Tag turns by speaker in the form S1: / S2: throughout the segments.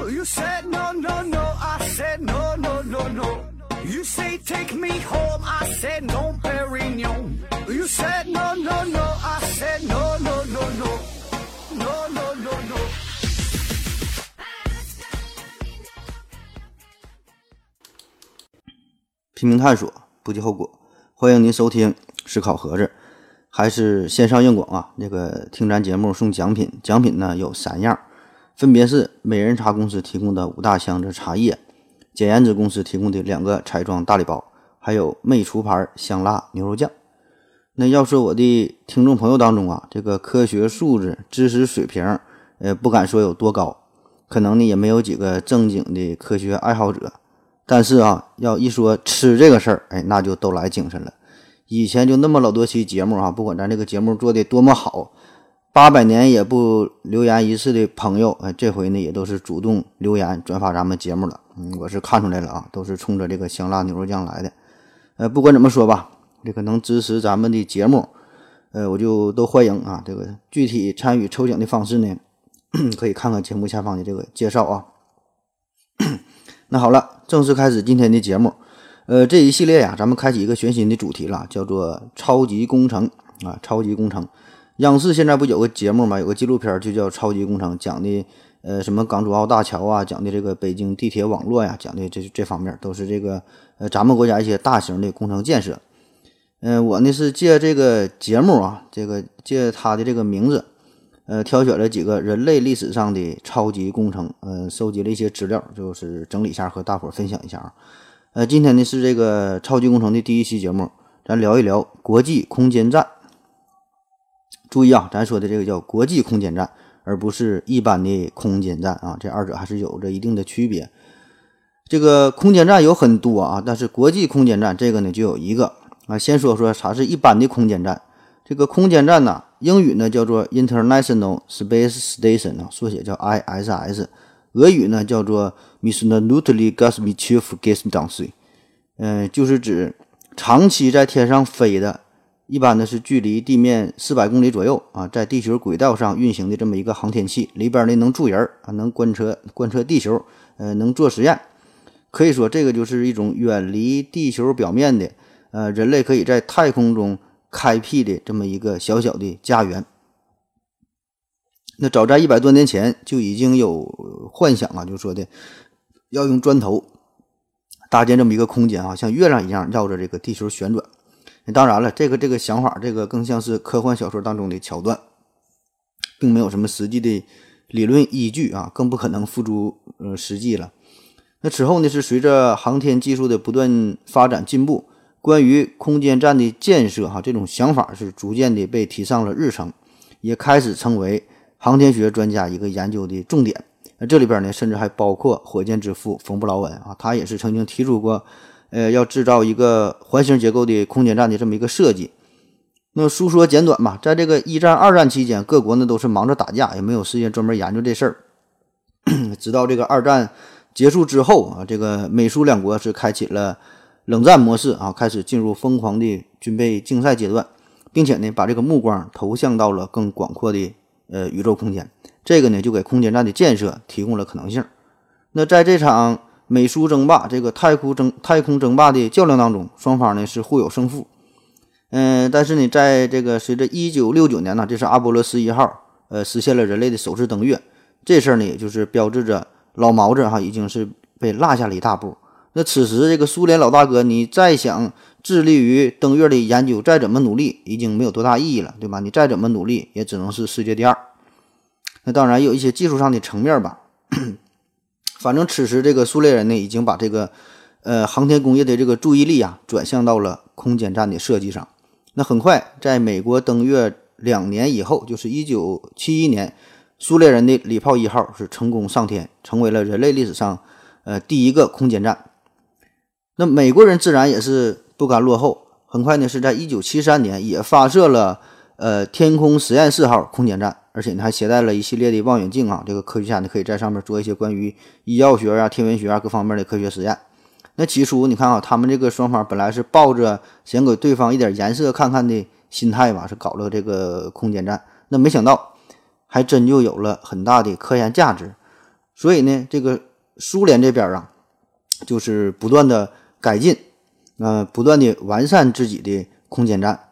S1: You said no, no, no, I said no, no, no, no. You say take me home, I said no, Perignon. You said no, no, no, I said no, no, no, no. No, no, no, no.
S2: 拼命探索，不计后果。欢迎您收听思考盒子，还是线上硬广啊？这个听咱节目送奖品，奖品呢有3样，分别是美人茶公司提供的5大箱子茶叶，简言子公司提供的2个彩妆大礼包，还有魅厨牌香辣牛肉酱。那要说我的听众朋友当中啊，这个科学素质、知识水平，不敢说有多高，可能呢也没有几个正经的科学爱好者。但是啊，要一说吃这个事儿，那就都来精神了。以前就那么老多期节目啊，不管咱这个节目做的多么好，800年也不留言一次的朋友，这回呢也都是主动留言转发咱们节目了。我是看出来了啊，都是冲着这个香辣牛肉酱来的。不管怎么说吧，这个能支持咱们的节目，我就都欢迎啊。这个具体参与抽奖的方式呢，可以看看节目下方的这个介绍啊。那好了，正式开始今天的节目。这一系列呀，咱们开启一个全新的主题了，叫做超级工程啊，超级工程。央视现在不有个节目嘛，有个纪录片就叫超级工程，讲的什么港珠澳大桥啊，讲的这个北京地铁网络呀，讲的这方面都是这个咱们国家一些大型的工程建设。我呢是借这个节目啊，这个借它的这个名字，挑选了几个人类历史上的超级工程，收集了一些资料，就是整理一下和大伙儿分享一下啊。今天呢是这个超级工程的第1期节目，咱聊一聊国际空间站。注意啊，咱说的这个叫国际空间站，而不是一般的空间站啊，这二者还是有着一定的区别。这个空间站有很多啊，但是国际空间站这个呢就有一个啊。先说说啥是一般的空间站。这个空间站呢，英语呢叫做 International Space Station 啊，缩写叫 ISS。俄语呢叫做 Международный космический станция， 就是指长期在天上飞的，一般呢是距离地面400公里左右啊，在地球轨道上运行的这么一个航天器，里边呢能住人啊，能观测地球，能做实验。可以说这个就是一种远离地球表面的，人类可以在太空中开辟的这么一个小小的家园。那早在100多年前就已经有幻想啊，就说的要用砖头搭建这么一个空间啊，像月亮一样绕着这个地球旋转。当然了，这个想法，这个更像是科幻小说当中的桥段，并没有什么实际的理论依据啊，更不可能付诸实际了。那此后呢，是随着航天技术的不断发展进步，关于空间站的建设哈，这种想法是逐渐的被提上了日程，也开始成为航天学专家一个研究的重点。这里边呢，甚至还包括火箭之父冯布劳恩啊，他也是曾经提出过，要制造一个环形结构的空间站的这么一个设计。那书说简短吧，在这个1战、2战期间，各国呢都是忙着打架，也没有时间专门研究这事儿。直到这个2战结束之后啊，这个美苏两国是开启了冷战模式啊，开始进入疯狂的军备竞赛阶段，并且呢，把这个目光投向到了更广阔的宇宙空间。这个呢，就给空间站的建设提供了可能性。那在这场美苏争霸、这个太空争霸的较量当中，双方呢是互有胜负。但是呢，在这个随着1969年呢，这是阿波罗11号实现了人类的首次登月，这事儿呢，也就是标志着老毛子已经是被落下了一大步。那此时这个苏联老大哥，你再想致力于登月的研究，再怎么努力已经没有多大意义了，对吧？你再怎么努力也只能是世界第2。那当然有一些技术上的层面吧，反正此时这个苏联人呢，已经把这个航天工业的这个注意力转向到了空间站的设计上。那很快在美国登月2年以后，就是1971年，苏联人的礼炮1号是成功上天，成为了人类历史上第一个空间站。那美国人自然也是不甘落后，很快呢是在1973年也发射了天空实验室号空间站，而且呢还携带了一系列的望远镜啊，这个科学家呢可以在上面做一些关于医药学啊、天文学啊各方面的科学实验。那起初你看啊，他们这个双方本来是抱着想给对方一点颜色看看的心态吧，是搞了这个空间站。那没想到还真就有了很大的科研价值。 所以呢，这个苏联这边啊，就是不断的改进，不断的完善自己的空间站。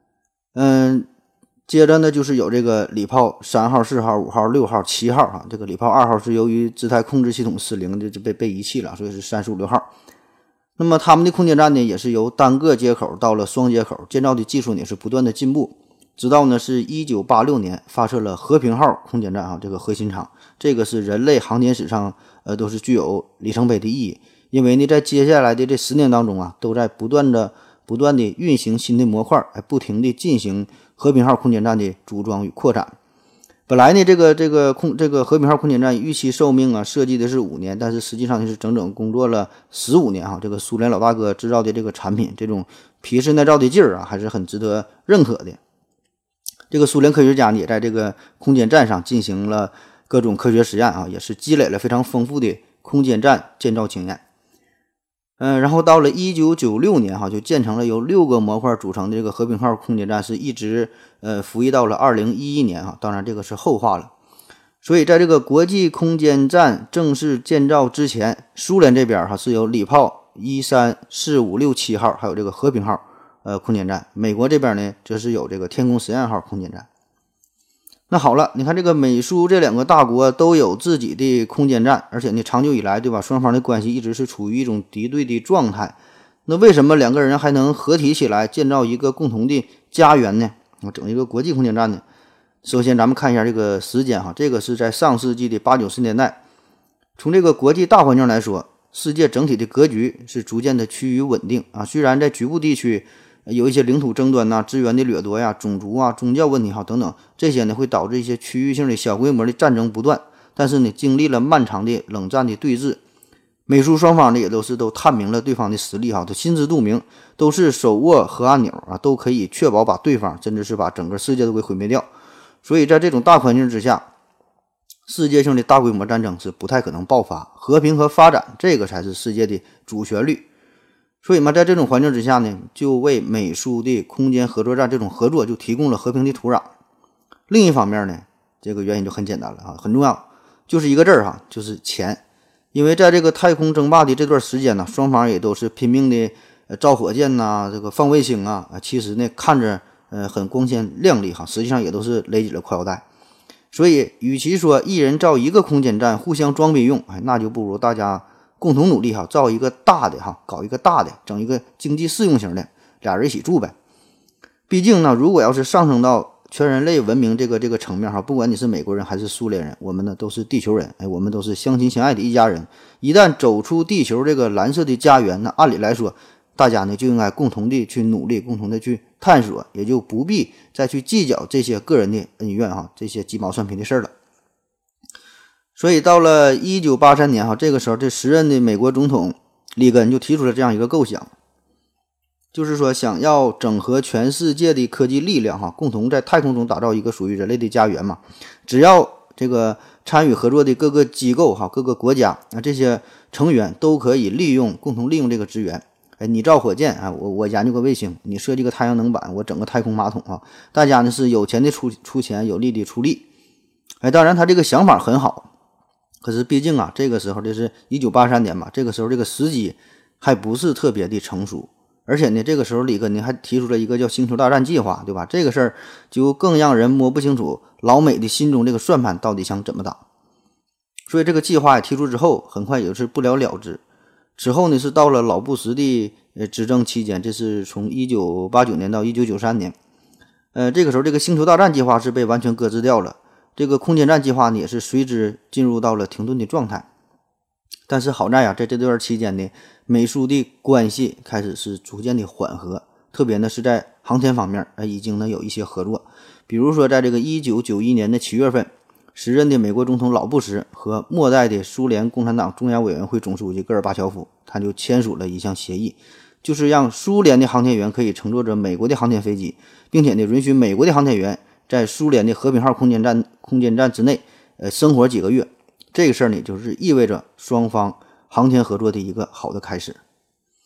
S2: 接着呢，就是有这个礼炮3号、4号、5号、6号、7号哈。这个礼炮2号是由于姿态控制系统失灵的就被遗弃了，所以是3、4、5、6号。那么他们的空间站呢，也是由单个接口到了双接口，建造的技术呢是不断的进步，直到呢是1986年发射了和平号空间站啊，这个核心舱，这个是人类航天史上都是具有里程碑的意义。因为呢，在接下来的这10年当中啊，都在不断的运行新的模块，不停地进行和平号空间站的组装与扩展。本来呢，这个和平号空间站预期寿命啊，设计的是5年，但是实际上呢是整整工作了15年哈。这个苏联老大哥制造的这个产品，这种皮实耐造的劲儿啊，还是很值得认可的。这个苏联科学家呢，也在这个空间站上进行了各种科学实验啊，也是积累了非常丰富的空间站建造经验。然后到了1996年哈，就建成了由6个模块组成的这个和平号空间站，是一直服役到了2011年哈。当然这个是后话了。所以在这个国际空间站正式建造之前，苏联这边哈是有礼炮1、3、4、5、6、7号，还有这个和平号空间站。美国这边呢，则是有这个天宫实验号空间站。那好了，你看这个美苏这2个大国都有自己的空间站，而且呢，长久以来，对吧？双方的关系一直是处于一种敌对的状态。那为什么2个人还能合体起来建造一个共同的家园呢？整一个国际空间站呢？首先，咱们看一下这个时间哈，这个是在上世纪的80、90年代。从这个国际大环境来说，世界整体的格局是逐渐的趋于稳定啊。虽然在局部地区有一些领土争端呐、资源的掠夺呀、种族啊、宗教问题哈等等，这些呢会导致一些区域性的小规模的战争不断。但是呢，经历了漫长的冷战的对峙，美苏双方呢也都探明了对方的实力哈，都心知肚明，都是手握核按钮啊，都可以确保把对方甚至是把整个世界都给毁灭掉。所以在这种大环境之下，世界性的大规模战争是不太可能爆发，和平和发展这个才是世界的主旋律。所以嘛，在这种环境之下呢，就为美苏的空间合作站这种合作就提供了和平的土壤。另一方面呢，这个原因就很简单了啊，很重要，就是一个字儿哈，就是钱。因为在这个太空争霸的这段时间呢，双方也都是拼命的造火箭呐，这个放卫星啊，其实呢看着很光鲜亮丽哈，实际上也都是勒紧了裤腰带。所以，与其说一人造一个空间站互相装备用，那就不如大家共同努力哈，造一个大的哈，搞一个大的，整一个经济适用型的，俩人一起住呗。毕竟呢，如果要是上升到全人类文明这个层面哈，不管你是美国人还是苏联人，我们呢都是地球人，我们都是相亲相爱的一家人。一旦走出地球这个蓝色的家园，那按理来说，大家呢就应该共同的去努力，共同的去探索，也就不必再去计较这些个人的恩怨哈，这些鸡毛蒜皮的事儿了。所以到了1983年哈，这个时候这时任的美国总统里根就提出了这样一个构想，就是说想要整合全世界的科技力量哈，共同在太空中打造一个属于人类的家园嘛。只要这个参与合作的各个机构哈，各个国家啊，这些成员都可以共同利用这个资源。你造火箭啊，我研究个卫星，你设计个太阳能板，我整个太空马桶啊，大家呢是有钱的出钱，有力的出力。当然他这个想法很好，可是毕竟啊，这个时候这是1983年嘛，这个时候这个时机还不是特别的成熟，而且呢，这个时候里根呢还提出了一个叫星球大战计划，对吧？这个事儿就更让人摸不清楚老美的心中这个算盘到底想怎么打。所以这个计划提出之后，很快也是不了了之。之后呢，是到了老布什的执政期间，这是从1989年到1993年，这个时候这个星球大战计划是被完全搁置掉了，这个空间站计划呢也是随之进入到了停顿的状态。但是好在啊，在这段期间呢，美苏的关系开始是逐渐的缓和，特别呢是在航天方面已经呢有一些合作。比如说在这个1991年的7月份，时任的美国总统老布什和末代的苏联共产党中央委员会总书记戈尔巴乔夫，他就签署了一项协议，就是让苏联的航天员可以乘坐着美国的航天飞机，并且呢允许美国的航天员在苏联的和平号空间站之内生活几个月。这个事儿呢，就是意味着双方航天合作的一个好的开始。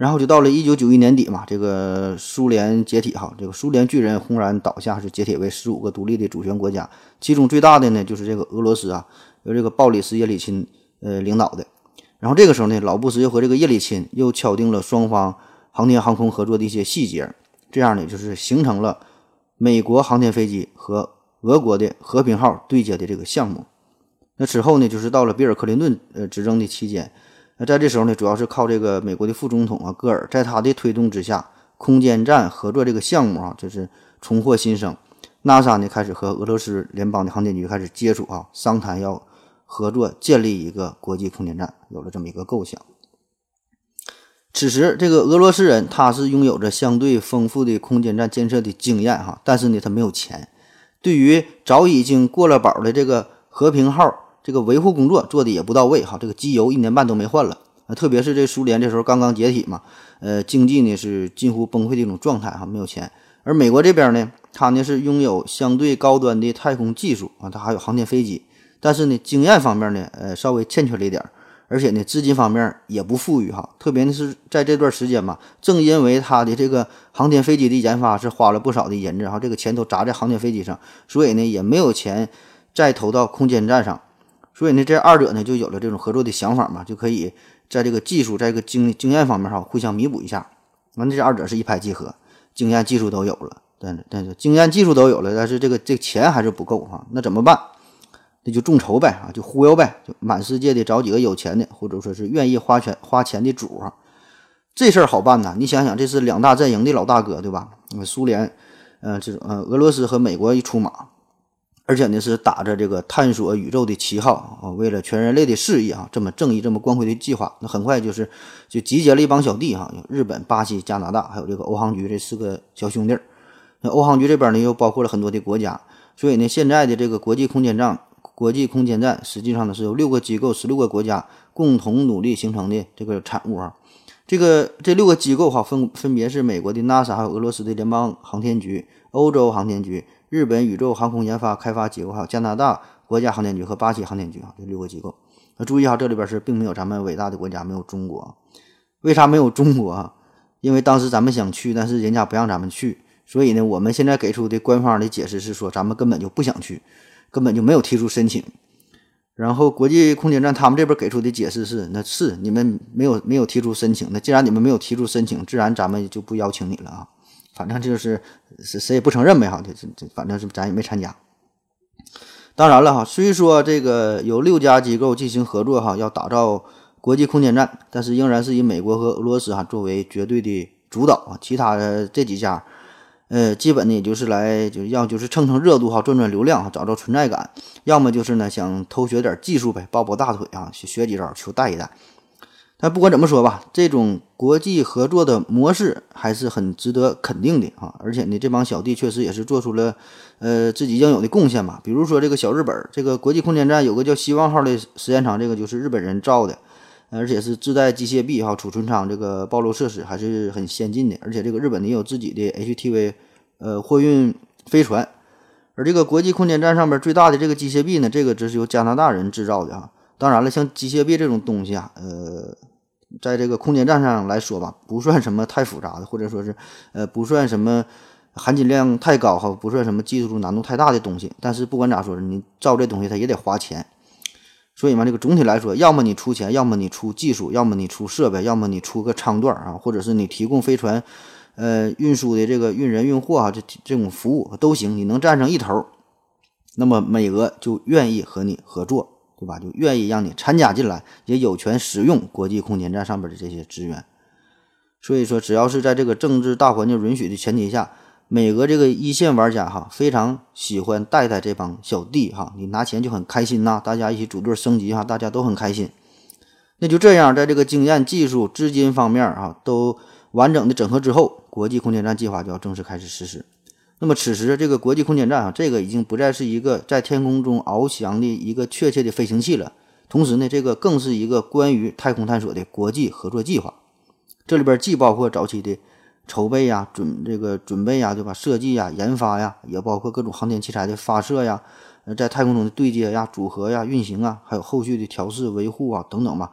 S2: 然后就到了1991年底嘛，这个苏联解体哈，这个苏联巨人轰然倒下，是解体为15个独立的主权国家，其中最大的呢就是这个俄罗斯啊，由这个鲍里斯叶利钦领导的。然后这个时候呢，老布什又和这个叶利钦又敲定了双方航天航空合作的一些细节，这样呢就是形成了美国航天飞机和俄国的和平号对接的这个项目。那此后呢，就是到了比尔·克林顿执政的期间，在这时候呢，主要是靠这个美国的副总统啊戈尔，在他的推动之下，空间站合作这个项目啊，就是重获新生。NASA 呢开始和俄罗斯联邦的航天局开始接触啊，商谈要合作建立一个国际空间站，有了这么一个构想。此时，这个俄罗斯人他是拥有着相对丰富的空间站建设的经验哈，但是呢，他没有钱。对于早已经过了保的这个和平号，这个维护工作做的也不到位哈，这个机油1年半都没换了。特别是这苏联这时候刚刚解体嘛，经济呢是近乎崩溃的一种状态哈，没有钱。而美国这边呢，它呢是拥有相对高端的太空技术啊，它还有航天飞机，但是呢，经验方面呢，稍微欠缺了一点。而且呢，资金方面也不富裕哈，特别是在这段时间嘛，正因为他的这个航天飞机的研发是花了不少的银子哈，这个钱都砸在航天飞机上，所以呢也没有钱再投到空间站上，所以呢这二者呢就有了这种合作的想法嘛，就可以在这个技术、在这个经验方面哈互相弥补一下。完了，这二者是一拍即合，经验技术都有了，但是经验技术都有了，但是这个钱还是不够哈，那怎么办？那就众筹呗啊，就忽悠呗，就满世界的找几个有钱的，或者说是愿意花钱的主啊，这事儿好办呐。你想想，这是两大阵营的老大哥，对吧？苏联，俄罗斯和美国一出马，而且呢是打着这个探索宇宙的旗号啊，为了全人类的事业啊，这么正义、这么光辉的计划，那很快就集结了一帮小弟哈，日本、巴西、加拿大，还有这个欧航局这4个小兄弟。那欧航局这边呢又包括了很多的国家，所以呢现在的这个国际空间站实际上呢是由6个机构、16个国家共同努力形成的这个产物啊。这6个机构哈分别是美国的 NASA， 还有俄罗斯的联邦航天局、欧洲航天局、日本宇宙航空研发开发机构，还有加拿大国家航天局和巴西航天局啊，这6个机构。注意哈，这里边是并没有咱们伟大的国家，没有中国。为啥没有中国啊？因为当时咱们想去，但是人家不让咱们去，所以呢，我们现在给出的官方的解释是说，咱们根本就不想去。根本就没有提出申请，然后国际空间站他们这边给出的解释是，那是你们没有提出申请，那既然你们没有提出申请，自然咱们就不邀请你了啊，反正就是谁也不承认呗哈，反正是咱也没参加。当然了哈，虽说这个有6家机构进行合作哈，要打造国际空间站，但是仍然是以美国和俄罗斯哈作为绝对的主导啊，其他的这几家。基本呢也就是要蹭热度哈，赚流量哈，找存在感，要么就是呢想偷学点技术呗，抱大腿啊，学几招求带一带。但不管怎么说吧，这种国际合作的模式还是很值得肯定的啊！而且呢，这帮小弟确实也是做出了自己应有的贡献吧。比如说这个小日本，这个国际空间站有个叫希望号的实验场，这个就是日本人造的。而且是自带机械臂哈，储存舱这个暴露设施还是很先进的，而且这个日本也有自己的 HTV 货运飞船，而这个国际空间站上面最大的这个机械臂呢，这个只是由加拿大人制造的啊。当然了，像机械臂这种东西啊，在这个空间站上来说吧，不算什么太复杂的，或者说是不算什么含金量太高哈，不算什么技术难度太大的东西。但是不管咋说，你造这东西它也得花钱。所以嘛，这个总体来说，要么你出钱，要么你出技术，要么你出设备，要么你出个舱段啊，或者是你提供飞船，运输的这个运人运货啊，这种服务都行。你能占上一头，那么美俄就愿意和你合作，对吧？就愿意让你参加进来，也有权使用国际空间站上边的这些资源。所以说，只要是在这个政治大环境允许的前提下，美俄这个一线玩家哈，非常喜欢带这帮小弟哈，你拿钱就很开心呐，大家一起组队升级哈，大家都很开心。那就这样，在这个经验、技术、资金方面啊，都完整的整合之后，国际空间站计划就要正式开始实施。那么此时这个国际空间站啊，这个已经不再是一个在天空中翱翔的一个确切的飞行器了，同时呢，这个更是一个关于太空探索的国际合作计划。这里边既包括早期的筹备呀、准备呀，对吧？设计呀、研发呀，也包括各种航天器材的发射呀，在太空中的对接呀、组合呀、运行啊，还有后续的调试、维护啊等等吧，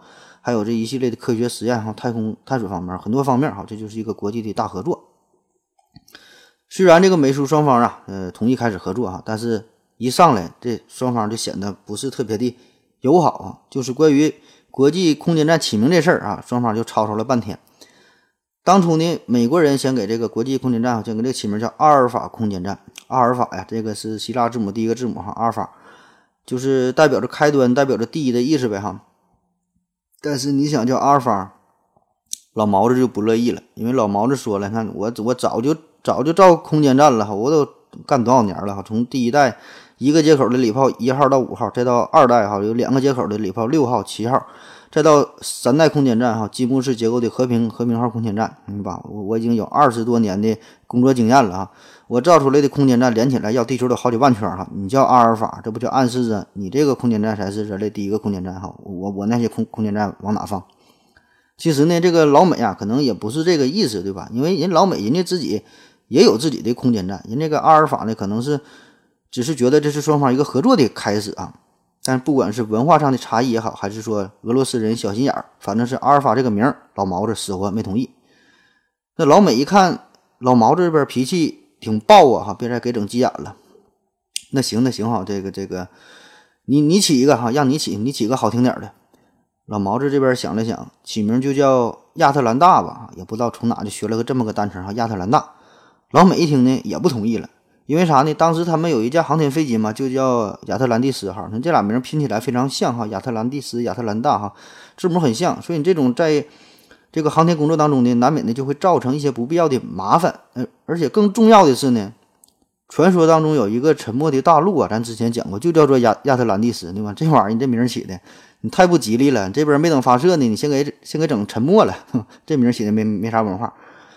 S2: 还有这一系列的科学实验哈，太空探索方面很多方面哈，这就是一个国际的大合作。虽然这个美苏双方啊，同意开始合作哈，但是一上来这双方就显得不是特别的友好啊。就是关于国际空间站起名这事儿啊，双方就吵吵了半天。当初呢，美国人想给这个国际空间站，想给这个起名叫阿尔法空间站。阿尔法呀，这个是希腊字母第一个字母哈，阿尔法就是代表着开端，代表着第一的意思呗哈。但是你想叫阿尔法，老毛子就不乐意了，因为老毛子说了，看我早就造空间站了，我都干多少年了，从第一代一个接口的礼炮1号到5号，再到2代有2个接口的礼炮6号7号，再到3代空间站积木式结构的和平号空间站，明白吧？我已经有20多年的工作经验了我造出来的空间站连起来绕地球都好几万圈你叫阿尔法，这不就暗示着你这个空间站才是人类第一个空间站我那些空间站往哪放？其实呢，这个老美啊，可能也不是这个意思，对吧？因为人老美人家自己也有自己的空间站，人这个阿尔法呢，可能是只是觉得这是双方一个合作的开始啊。但不管是文化上的差异也好，还是说俄罗斯人小心眼儿，反正是阿尔法这个名儿，老毛子死活没同意。那老美一看老毛子这边脾气挺暴啊，别再给整急眼了。那行这个你起一个让你起个好听点的。老毛子这边想了想，起名就叫亚特兰大吧，也不知道从哪就学了个这么个单词亚特兰大。老美一听呢也不同意了，因为啥呢？当时他们有一架航天飞机嘛，就叫亚特兰蒂斯号，这俩名拼起来非常像亚特兰蒂斯、亚特兰大字母很像，所以你这种在这个航天工作当中呢，难免的就会造成一些不必要的麻烦。而且更重要的是呢，传说当中有一个沉没的大陆咱之前讲过，就叫做亚特兰蒂斯，对吧？这玩意儿你这名起的你太不吉利了，这边没等发射呢，你先给整沉没了，这名起的没啥文化。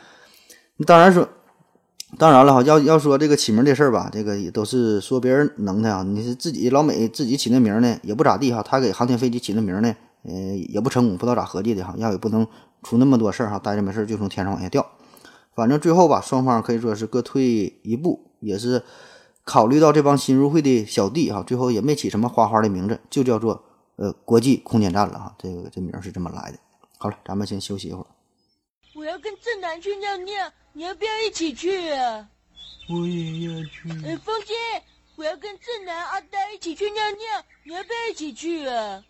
S2: 当然了要说这个起名这事儿吧，这个也都是说别人能耐你是自己老美自己起那名呢也不咋地他给航天飞机起那名呢也不成功，不知道咋合计的要也不能出那么多事儿待着没事就从天上往下掉。反正最后吧，双方可以说是各退一步，也是考虑到这帮新入会的小弟最后也没起什么花花的名字，就叫做国际空间站了这名是这么来的。好了，咱们先休息一会儿。
S3: 我要跟正南去尿尿，你要不要一起去啊？
S4: 我也要去。
S3: 风姐，我要跟正南、阿呆一起去尿尿，你要不要一起去啊？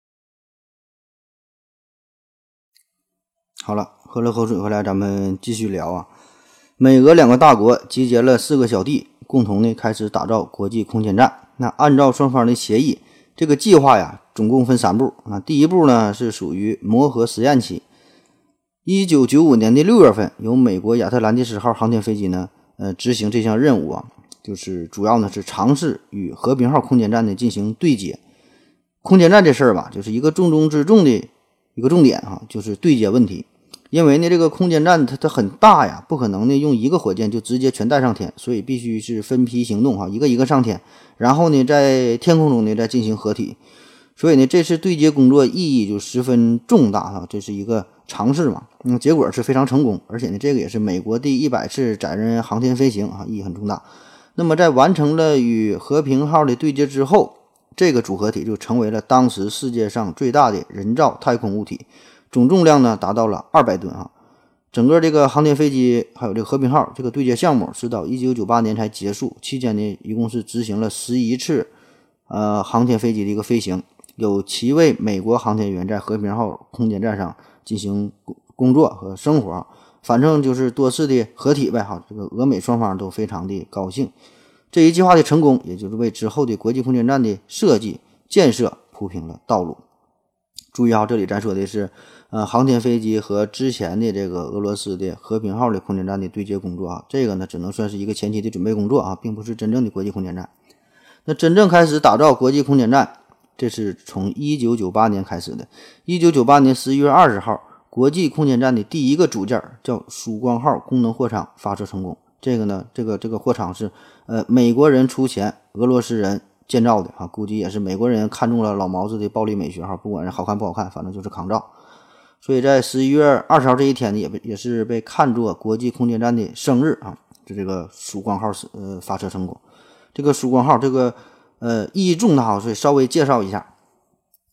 S2: 好了，喝了口水回来，咱们继续聊美俄2个大国集结了4个小弟，共同呢开始打造国际空间站。那按照双方的协议，这个计划呀，总共分3步。第一步呢是属于磨合实验期。1995年的6月份，由美国亚特兰蒂斯号航天飞机呢，执行这项任务就是主要呢是尝试与和平号空间站呢进行对接。空间站这事儿吧，就是一个重中之重的一个重点就是对接问题。因为呢这个空间站它很大呀，不可能呢用一个火箭就直接全带上天，所以必须是分批行动一个一个上天，然后呢在天空中呢再进行合体。所以呢这次对接工作意义就十分重大这是一个尝试嘛。结果是非常成功，而且呢这个也是美国第100次载人航天飞行意义很重大。那么在完成了与和平号的对接之后，这个组合体就成为了当时世界上最大的人造太空物体，总重量呢达到了200吨整个这个航天飞机还有这个和平号这个对接项目是到1998年才结束，期间呢一共是执行了11次航天飞机的一个飞行，有7位美国航天员在和平号空间站上进行工作和生活，反正就是多次的合体呗这个俄美双方都非常的高兴。这一计划的成功，也就是为之后的国际空间站的设计建设铺平了道路。注意这里咱说的是航天飞机和之前的这个俄罗斯的和平号的空间站的对接工作这个呢只能算是一个前期的准备工作并不是真正的国际空间站。那真正开始打造国际空间站，这是从1998年开始的。1998年11月20号，国际空间站的第一个组件叫曙光号功能货舱发射成功。这个呢这个货舱是美国人出钱，俄罗斯人建造的估计也是美国人看中了老毛子的暴力美学不管是好看不好看，反正就是抗造。所以在11月20号这一天呢也是被看作国际空间站的生日就这个曙光号发射成功。这个曙光号这个意义重大，所以稍微介绍一下。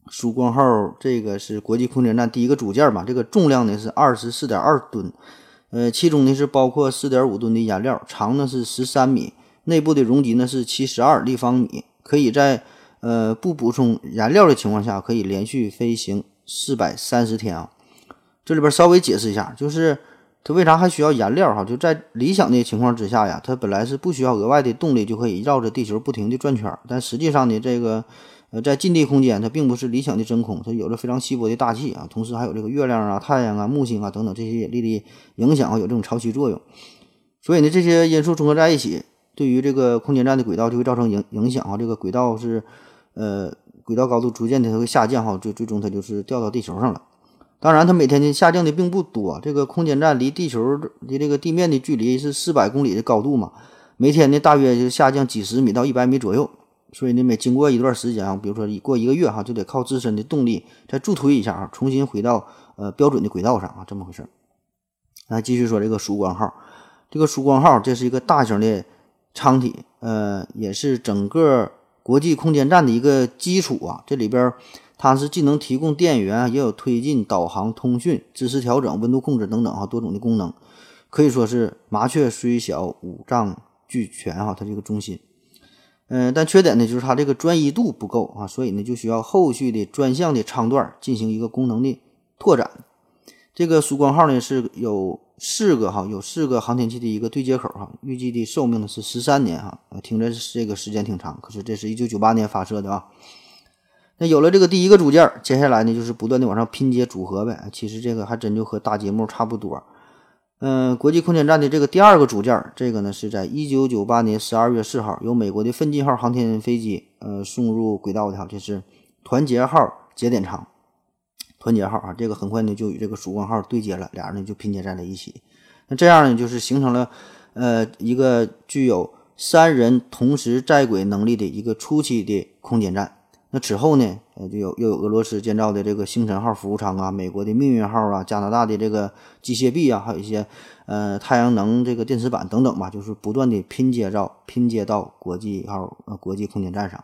S2: 曙光号这个是国际空间站第一个组件吧，这个重量呢是 24.2 吨，其中呢是包括 4.5 吨的燃料，长呢是13米，内部的容积呢是72立方米，可以在不补充燃料的情况下可以连续飞行430天啊。这里边稍微解释一下，就是它为啥还需要燃料哈？就在理想的情况之下呀，它本来是不需要额外的动力就可以绕着地球不停地转圈，但实际上呢，这个在近地空间它并不是理想的真空，它有着非常稀薄的大气啊，同时还有这个月亮啊、太阳啊、木星啊等等这些引力的影响有这种潮汐作用，所以呢，这些因素综合在一起，对于这个空间站的轨道就会造成影响啊。这个轨道是轨道高度逐渐的会下降哈，最终它就是掉到地球上了。当然它每天的下降的并不多，这个空间站离地球的这个地面的距离是400公里的高度嘛，每天呢大约就下降几十米到100米左右，所以呢每经过一段时间啊，比如说过1个月哈，就得靠自身的动力再助推一下啊，重新回到标准的轨道上啊，这么回事。那继续说这个曙光号，这个曙光号这是一个大型的舱体，也是整个国际空间站的一个基础啊，这里边它是既能提供电源，也有推进、导航、通讯、姿势调整、温度控制等等啊多种的功能，可以说是麻雀虽小五脏俱全哈，它这个中心。但缺点呢就是它这个专一度不够啊，所以呢就需要后续的专项的舱段进行一个功能的拓展。这个曙光号呢是有4个航天器的一个对接口哈，预计的寿命呢是13年哈，听着这个时间挺长，可是这是1998年发射的啊。那有了这个第一个组件，接下来呢就是不断的往上拼接组合呗。其实这个还真就和大节目差不多。国际空间站的这个第二个组件，这个呢是在1998年12月4号由美国的奋进号航天飞机送入轨道的哈，这是团结号节点舱。团结号啊，这个很快呢就与这个曙光号对接了，俩人呢就拼接在了一起。那这样呢就是形成了一个具有3人同时在轨能力的一个初期的空间站。那此后呢，又有俄罗斯建造的这个星辰号服务舱啊，美国的命运号啊，加拿大的这个机械臂啊，还有一些太阳能这个电池板等等吧，就是不断的拼接到国际空间站上。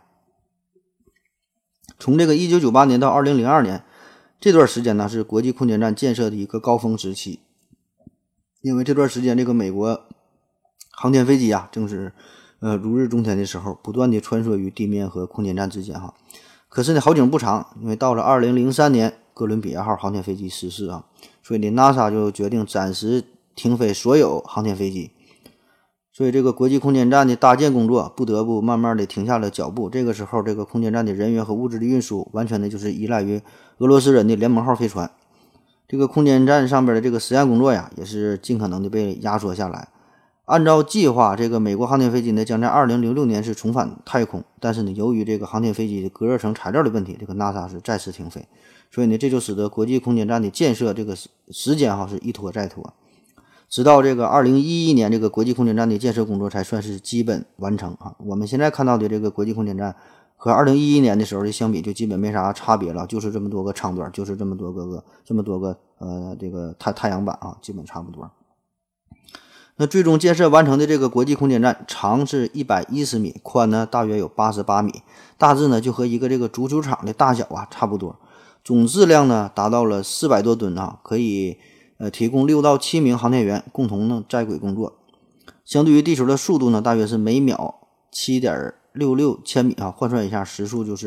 S2: 从这个1998年到2002年这段时间呢，是国际空间站建设的一个高峰时期，因为这段时间这个美国航天飞机啊，正是如日中天的时候，不断的穿梭于地面和空间站之间哈。可是呢，好景不长，因为到了2003年，哥伦比亚号航天飞机失事啊，所以呢 NASA 就决定暂时停飞所有航天飞机。所以这个国际空间站的搭建工作不得不慢慢的停下了脚步。这个时候，这个空间站的人员和物质的运输完全的就是依赖于俄罗斯人的联盟号飞船。这个空间站上边的这个实验工作呀，也是尽可能的被压缩下来。按照计划，这个美国航天飞机呢将在2006年是重返太空，但是呢，由于这个航天飞机的隔热层材料的问题，这个 NASA 是再次停飞，所以呢，这就使得国际空间站的建设这个时间是一拖再拖，直到这个2011年，这个国际空间站的建设工作才算是基本完成啊。我们现在看到的这个国际空间站和2011年的时候的相比，就基本没啥差别了，就是这么多个舱段，就是这么多个这个太阳板啊，基本差不多。那最终建设完成的这个国际空间站长是110米，宽呢大约有88米，大致呢就和一个这个足球场的大小啊差不多。总质量呢达到了400多吨啊，可以提供6到7名航天员共同呢在轨工作。相对于地球的速度呢，大约是每秒7.66千米啊，换算一下时速就是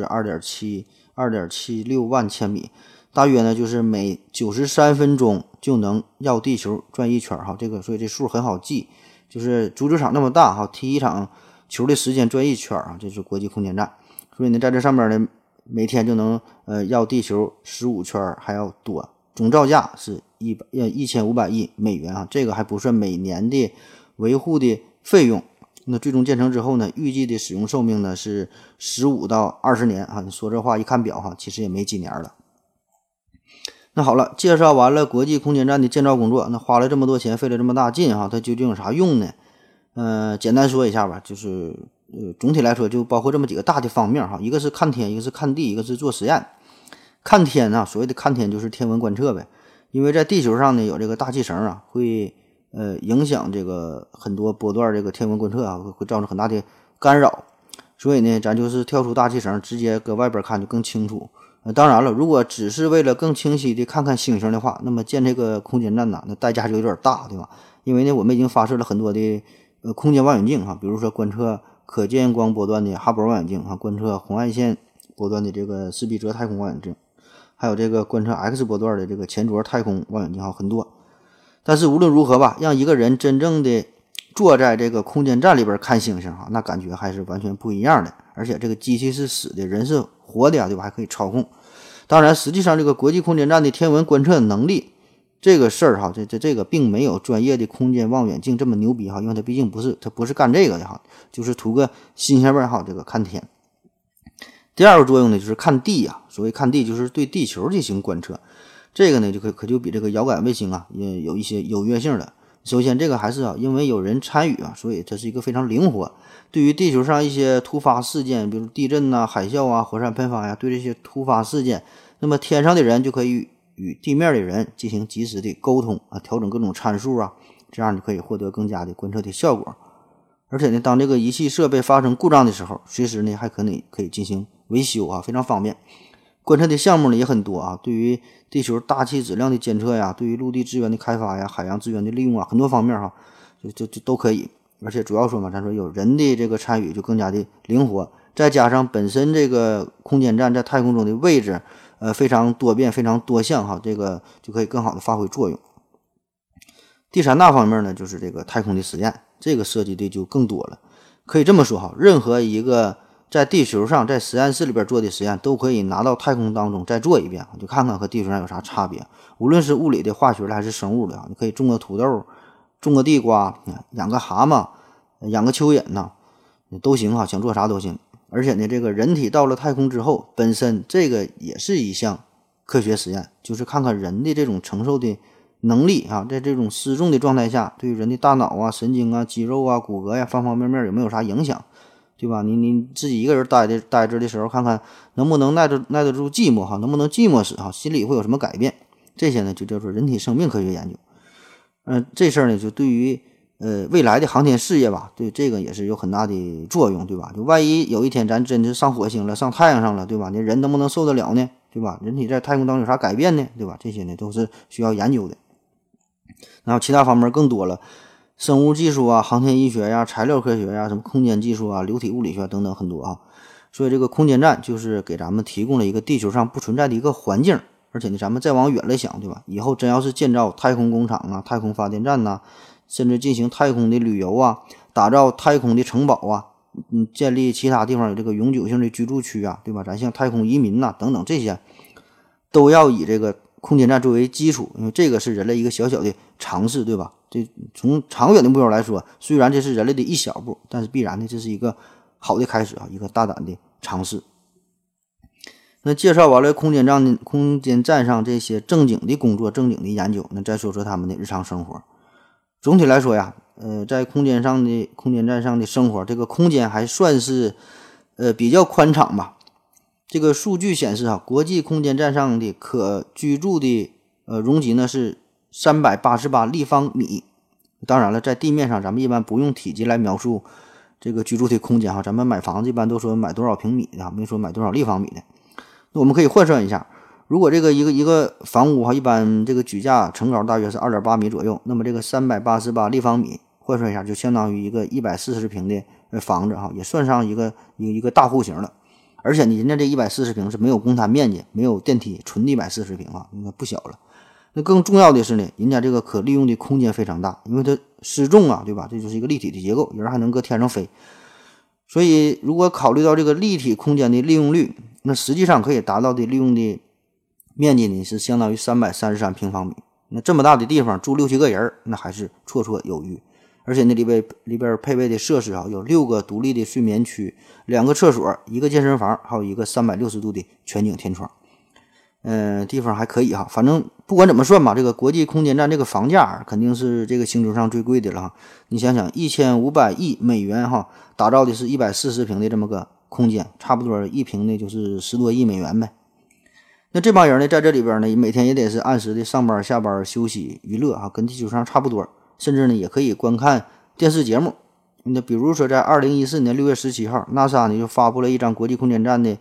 S2: 2.76万千米。大约呢就是每93分钟就能绕地球转一圈哈，这个所以这数很好记，就是足球场那么大哈，踢一场球的时间转一圈啊，这是国际空间站。所以呢，在这上面呢，每天就能绕地球15圈还要多，总造价是1500亿美元啊，这个还不算每年的维护的费用。那最终建成之后呢，预计的使用寿命呢是15到20年啊。你说这话一看表哈，其实也没几年了。那好了，介绍完了国际空间站的建造工作，那花了这么多钱，费了这么大劲哈，它究竟有啥用呢？简单说一下吧，就是总体来说就包括这么几个大的方面哈，一个是看天，一个是看地，一个是做实验。看天啊，所谓的看天就是天文观测呗，因为在地球上呢有这个大气层啊，会影响这个很多波段这个天文观测啊，会造成很大的干扰，所以呢咱就是跳出大气层，直接搁外边看就更清楚。 当然了，如果只是为了更清晰的看看星星的话，那么建这个空间站呢，那代价就有点大，对吧？因为呢，我们已经发射了很多的空间望远镜哈，比如说观测可见光波段的哈勃望远镜啊，观测红外线波段的这个斯比泽太空望远镜，还有这个观测 X 波段的这个前卓太空望远镜，还有很多。但是无论如何吧，让一个人真正的坐在这个空间站里边看星星哈，那感觉还是完全不一样的。而且这个机器是死的，人是活的呀，对吧？还可以操控。当然，实际上这个国际空间站的天文观测能力这个事儿哈，这个并没有专业的空间望远镜这么牛逼哈，因为它毕竟不是干这个的哈，就是图个新鲜味哈，这个看天。第二个作用呢，就是看地呀。所谓看地，就是对地球进行观测。这个呢，可就比这个遥感卫星啊，也有一些优越性的。首先，这个还是因为有人参与啊，所以它是一个非常灵活。对于地球上一些突发事件，比如地震呐、海啸啊、火山喷发呀，对这些突发事件，那么天上的人就可以与地面的人进行及时的沟通啊，调整各种参数啊，这样就可以获得更加的观测的效果。而且呢，当这个仪器设备发生故障的时候，随时呢还可以进行维修啊，非常方便。观测的项目呢也很多啊，对于地球大气质量的监测呀，对于陆地资源的开发呀，海洋资源的利用啊，很多方面哈，就都可以。而且主要说嘛，咱说有人的这个参与就更加的灵活，再加上本身这个空间站在太空中的位置非常多变，非常多项哈，这个就可以更好的发挥作用。第三大方面呢，就是这个太空的实验，这个涉及的就更多了。可以这么说哈，任何一个在地球上在实验室里边做的实验都可以拿到太空当中再做一遍，就看看和地球上有啥差别。无论是物理的、化学的还是生物的，你可以种个土豆，种个地瓜，养个蛤蟆，养个蚯蚓呐，都行哈，想做啥都行。而且呢，这个人体到了太空之后，本身这个也是一项科学实验，就是看看人的这种承受的能力啊，在这种失重的状态下，对于人的大脑啊、神经啊、肌肉啊、骨骼呀方方面面有没有啥影响，对吧？你自己一个人待着的时候，看看能不能耐得住寂寞哈，能不能寂寞死哈，心里会有什么改变？这些呢就叫做人体生命科学研究。这事儿呢就对于未来的航天事业吧，对这个也是有很大的作用，对吧？就万一有一天咱真是上火星了，上太阳上了，对吧？你人能不能受得了呢？对吧？人体在太空当中有啥改变呢？对吧？这些呢都是需要研究的。然后其他方面更多了，生物技术啊、航天医学呀、材料科学呀、什么空间技术啊、流体物理学等等很多啊。所以这个空间站就是给咱们提供了一个地球上不存在的一个环境。而且呢，咱们再往远了想，对吧？以后真要是建造太空工厂啊、太空发电站呐，甚至进行太空的旅游啊，打造太空的城堡啊，建立其他地方有这个永久性的居住区啊，对吧？咱像太空移民呐等等，这些都要以这个空间站作为基础，因为这个是人类一个小小的尝试，对吧？这从长远的目标来说，虽然这是人类的一小步，但是必然的这是一个好的开始啊，一个大胆的尝试。那介绍完了空间站上这些正经的工作、正经的研究，那再说说他们的日常生活。总体来说呀，在空间站上的生活，这个空间还算是比较宽敞吧。这个数据显示啊，国际空间站上的可居住的容积呢是388立方米。当然了，在地面上咱们一般不用体积来描述这个居住的空间哈，咱们买房子一般都说买多少平米的，没说买多少立方米的。那我们可以换算一下，如果这个一个房屋哈，一般这个举架层高大约是2.8米左右，那么这个388立方米换算一下，就相当于一个140平的房子哈，也算上一个大户型了。而且人家这140平是没有公摊面积，没有电梯，纯的140平啊，应该不小了。那更重要的是呢，人家这个可利用的空间非常大，因为它失重啊，对吧？这就是一个立体的结构，人还能搁天上飞。所以如果考虑到这个立体空间的利用率，那实际上可以达到的利用的面积呢是相当于333平方米。那这么大的地方住6-7个人，那还是绰绰有余。而且那里边配备的设施啊，有6个独立的睡眠区，2个厕所，1个健身房，还有一个360度的全景天窗。地方还可以哈，反正不管怎么算吧，这个国际空间站这个房价肯定是这个星球上最贵的了哈。你想想，1500亿美元哈，打造的是140平的这么个空间，差不多1平呢就是10多亿美元呗。那这帮人呢，在这里边呢，每天也得是按时的上班、下班、休息、娱乐哈，跟地球上差不多，甚至呢也可以观看电视节目。那比如说在2014年6月17号，NASA 呢就发布了一张国际空间站的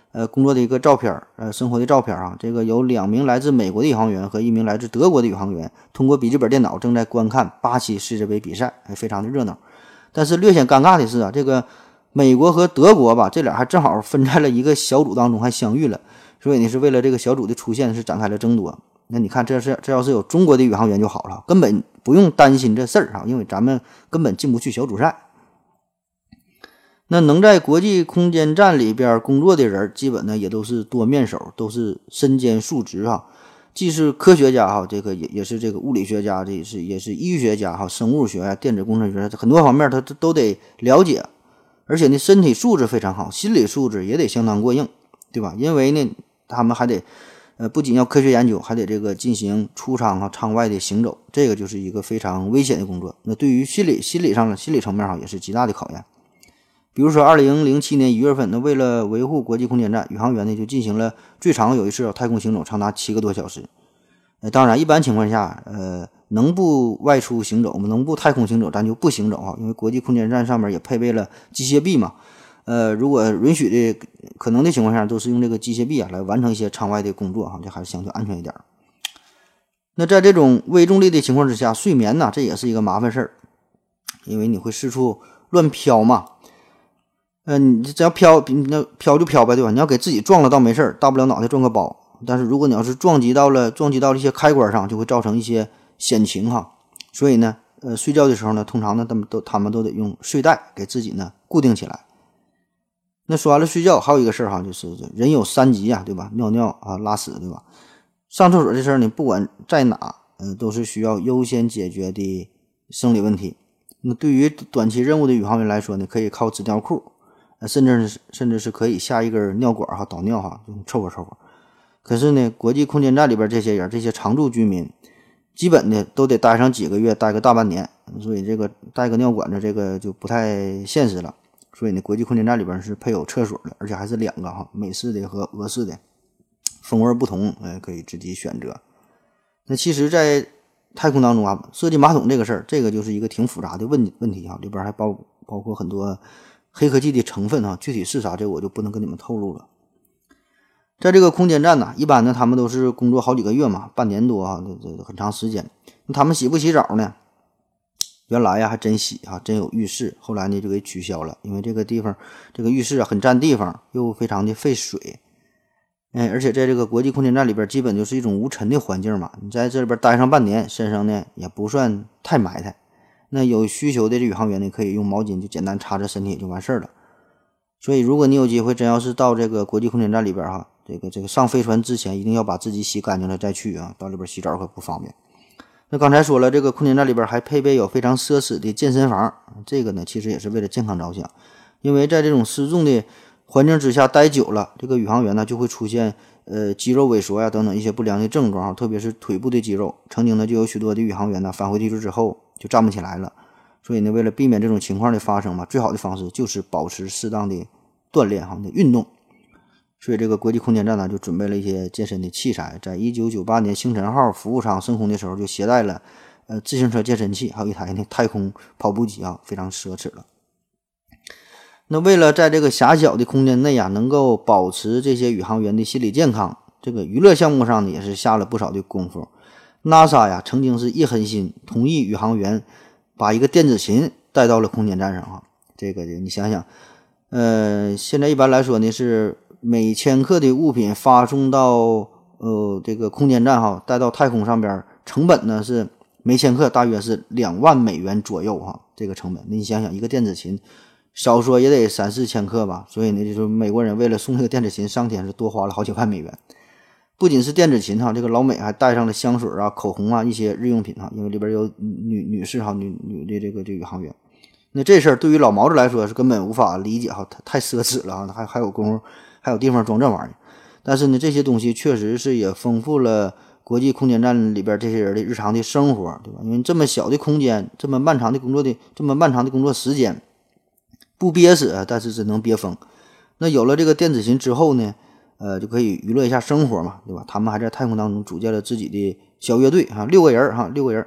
S2: 工作的一个照片，生活的照片啊。这个有2名来自美国的宇航员和1名来自德国的宇航员，通过笔记本电脑正在观看巴西世界杯比赛，非常的热闹。但是略显尴尬的是啊，这个美国和德国吧，这俩还正好分在了一个小组当中，还相遇了，所以呢是为了这个小组的出现是展开了争夺。那你看这要是有中国的宇航员就好了，根本不用担心这事儿啊，因为咱们根本进不去小组赛。那能在国际空间站里边工作的人，基本呢也都是多面手，都是身兼数职啊，既是科学家哈，这个也是这个物理学家，这也是医学家哈，生物学啊、电子工程学很多方面他都得了解，而且呢身体素质非常好，心理素质也得相当过硬，对吧？因为呢他们还得不仅要科学研究，还得这个进行出舱啊、舱外的行走，这个就是一个非常危险的工作。那对于心理层面上也是极大的考验。比如说2007年1月份，那为了维护国际空间站，宇航员呢就进行了最长有一次太空行走长达7个多小时。当然一般情况下能不外出行走，我们能不太空行走咱就不行走啊，因为国际空间站上面也配备了机械臂嘛。如果允许的可能的情况下，都是用这个机械臂啊来完成一些舱外的工作哈，这还是相对安全一点。那在这种微重力的情况之下，睡眠呢这也是一个麻烦事儿，因为你会四处乱飘嘛。你只要飘就飘呗，对吧？你要给自己撞了倒没事儿，大不了脑袋撞个包。但是如果你要是撞击到了一些开关上，就会造成一些险情哈。所以呢，睡觉的时候呢，通常呢他们都得用睡袋给自己呢固定起来。那说完了睡觉，还有一个事儿哈，就是人有3急啊，对吧？尿尿啊、拉屎，对吧？上厕所这事儿，你不管在哪，都是需要优先解决的生理问题。那对于短期任务的宇航员来说呢，可以靠纸尿裤。甚至是可以下一根尿管哈，导尿哈，凑合。可是呢，国际空间站里边这些人，这些常住居民，基本呢都得待上几个月，待个大半年，所以这个带个尿管子这个就不太现实了。所以呢，国际空间站里边是配有厕所的，而且还是2个哈，美式的和俄式的，风味不同，可以自己选择。那其实，在太空当中啊，设计马桶这个事儿，这个就是一个挺复杂的问题哈，里边还包括很多黑科技的成分具体是啥，这我就不能跟你们透露了。在这个空间站呢，一般呢他们都是工作好几个月嘛，半年多啊，这很长时间。他们洗不洗澡呢？原来呀还真洗啊，真有浴室，后来呢就给取消了，因为这个地方这个浴室很占地方，又非常的费水。而且在这个国际空间站里边，基本就是一种无尘的环境嘛，你在这里边待上半年，身上呢也不算太埋汰。那有需求的宇航员呢，可以用毛巾就简单擦着身体就完事儿了。所以如果你有机会真要是到这个国际空间站里边哈，这个上飞船之前一定要把自己洗干净了再去啊，到里边洗澡可不方便。那刚才说了，这个空间站里边还配备有非常奢侈的健身房，这个呢其实也是为了健康着想，因为在这种失重的环境之下待久了，这个宇航员呢就会出现肌肉萎缩呀等等一些不良的症状，特别是腿部的肌肉。曾经呢就有许多的宇航员呢返回地球之后就站不起来了，所以呢为了避免这种情况的发生嘛，最好的方式就是保持适当的锻炼的运动。所以这个国际空间站呢就准备了一些健身的器材，在1998年星辰号服务舱升空的时候就携带了自行车健身器，还有一台太空跑步机非常奢侈了。那为了在这个狭小的空间内能够保持这些宇航员的心理健康，这个娱乐项目上呢也是下了不少的功夫。NASA 曾经是一狠心同意宇航员把一个电子琴带到了空间站上这个你想想，现在一般来说呢是每千克的物品发送到这个空间站带到太空上边，成本呢是每千克大约是2万美元左右这个成本。你想想一个电子琴少说也得3-4千克吧，所以呢就是美国人为了送这个电子琴上天是多花了好几万美元。不仅是电子琴这个老美还带上了香水口红一些日用品因为里边有女士女的这个宇航员。那这事儿对于老毛子来说是根本无法理解太奢侈了还有功夫还有地方装这玩意儿。但是呢这些东西确实是也丰富了国际空间站里边这些人的日常的生活，对吧？因为这么小的空间，这么漫长的工作时间，不憋死但是只能憋疯。那有了这个电子琴之后呢就可以娱乐一下生活嘛，对吧？他们还在太空当中组建了自己的小乐队6个人